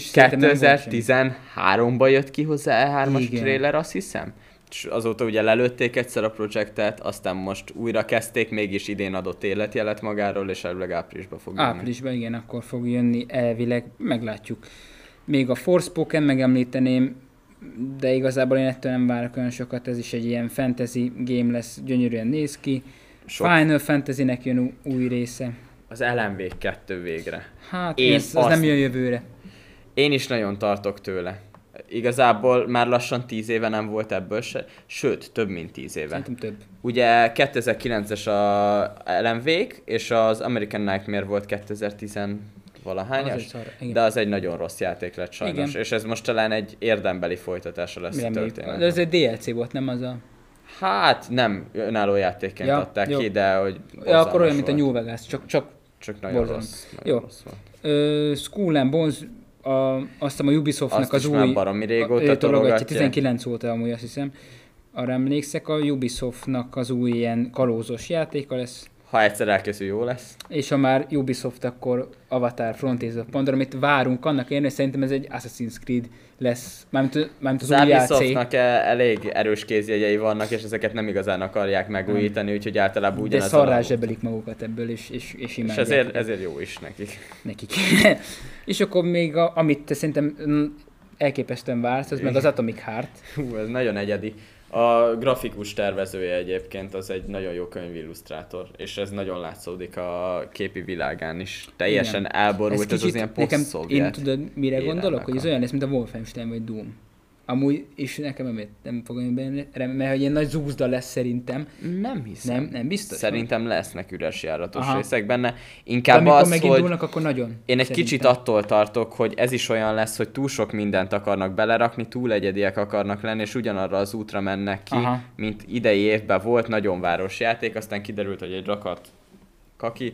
B: 2013-ban jött ki hozzá E3-as trailer, azt hiszem. És azóta ugye lelőtték egyszer a projektet, aztán most újra kezdték, mégis idén adott életjelet magáról, és elvileg áprilisban fog jönni.
A: Áprilisban, igen, akkor fog jönni, elvileg, meglátjuk. Még a Forspoken megemlíteném, de igazából én ettől nem várok olyan sokat, ez is egy ilyen fantasy game lesz, gyönyörűen néz ki. Final Fantasy-nek jön új része.
B: Az LMV 2 végre.
A: Hát az nem jön jövőre. Én
B: is nagyon tartok tőle. Igazából már lassan 10 éve nem volt ebből se, sőt, több mint 10 éve.
A: Szerintem több.
B: Ugye 2009-es a LMV-k, és az American Nightmare volt 2010-valahányas, de az egy nagyon rossz játék lett sajnos, igen. És ez most talán egy érdembeli folytatása lesz a történet.
A: De ez egy DLC volt, nem az a...
B: Hát nem önálló játékként adták ki, de hogy
A: akkor olyan, mint a New Vegas, csak
B: nagyon rossz.
A: Jó. Skull and Bones, azt hiszem a Ubisoftnak az új...
B: Azt is már baromi régóta tologatja.
A: 19 óta amúgy azt hiszem. Arra emlékszek, a Ubisoftnak az új ilyen kalózos játéka lesz.
B: Ha egyszer elkészül, jó lesz.
A: És ha már Ubisoft, akkor Avatar Frontiers of Pandora, amit várunk annak érni, szerintem ez egy Assassin's Creed lesz, mármint az új játék.
B: Ubisoftnak elég erős kézjegyei vannak, és ezeket nem igazán akarják megújítani, úgyhogy általában ugyanaz.
A: De szarrá zsebelik magukat ebből, és imádják.
B: És ezért jó is nekik.
A: És akkor még, amit te szerintem elképesztően vársz, az meg az Atomic Heart.
B: Ez nagyon egyedi. A grafikus tervezője egyébként az egy nagyon jó könyvillusztrátor, és ez nagyon látszódik a képi világán is. Teljesen igen. Elborult ez az ilyen post-szovjet.
A: Én tudod, mire gondolok? Hogy ez olyan lesz, mint a Wolfenstein vagy Doom. Amúgy, és nekem nem fogom benne, mert hogy ilyen nagy zúzda lesz szerintem.
B: Nem hiszem.
A: Nem biztos?
B: Szerintem lesznek üres járatos
A: Aha.
B: részek benne. Inkább
A: amikor
B: az,
A: megindulnak,
B: hogy
A: akkor nagyon.
B: én egy
A: szerintem.
B: kicsit attól tartok, hogy ez is olyan lesz, hogy túl sok mindent akarnak belerakni, túl egyediek akarnak lenni, és ugyanarra az útra mennek ki,
A: Aha.
B: mint idei évben volt nagyon város játék, aztán kiderült, hogy egy rakat kaki.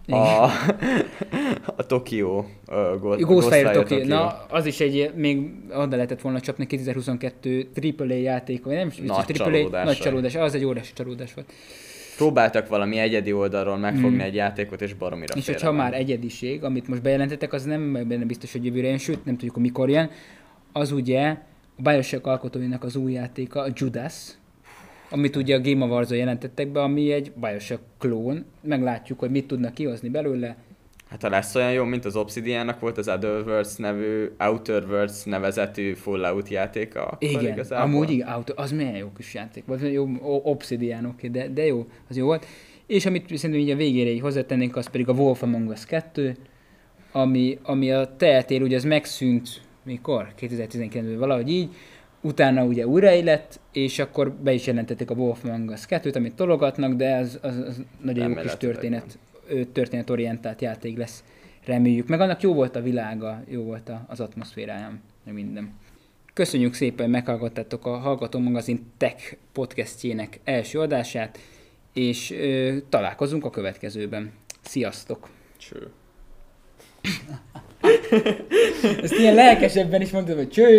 B: A Tokyo
A: Ghostwire Tokyo. Na, az is még oda lehetett volna csapni 2022 AAA játék, vagy nem is biztos, nagy csalódás. Az egy óriási csalódás volt.
B: Próbáltak valami egyedi oldalról megfogni egy játékot, és baromira
A: és hogyha már egyediség, amit most bejelentettek, az nem benne biztos, hogy jövőre jön, sőt, nem tudjuk, hogy mikor jön. Az ugye a BioShock alkotóinak az új játéka, a Judas, amit ugye a Game Awards-on jelentettek be, ami egy BioShock klón. Meglátjuk, hogy mit tudnak kihozni belőle.
B: Hát ha lesz olyan jó, mint az Obsidiannak volt az Outer Worlds nevezetű Fallout játéka.
A: Igen,
B: igazából.
A: amúgy igen, az milyen jó kis játék volt. Jó, Obsidian, oké, de jó, az jó volt. És amit szerintem így a végére így hozzátennénk, az pedig a Wolf Among Us 2, ami a Telltale, ugye az megszűnt, mikor? 2019-ben valahogy így, utána ugye újraélet, és akkor be is jelentették a Wolf Among Us 2-t, amit tologatnak, de az nagyon jó kis történetorientált játék lesz, reméljük. Meg annak jó volt a világa, jó volt az atmoszférája, meg minden. Köszönjük szépen, hogy meghallgattátok a Hallgató Magazin Tech podcastjének első adását, és találkozunk a következőben. Sziasztok!
B: Cső.
A: Ezt ilyen lelkesebben is mondtad, hogy cső!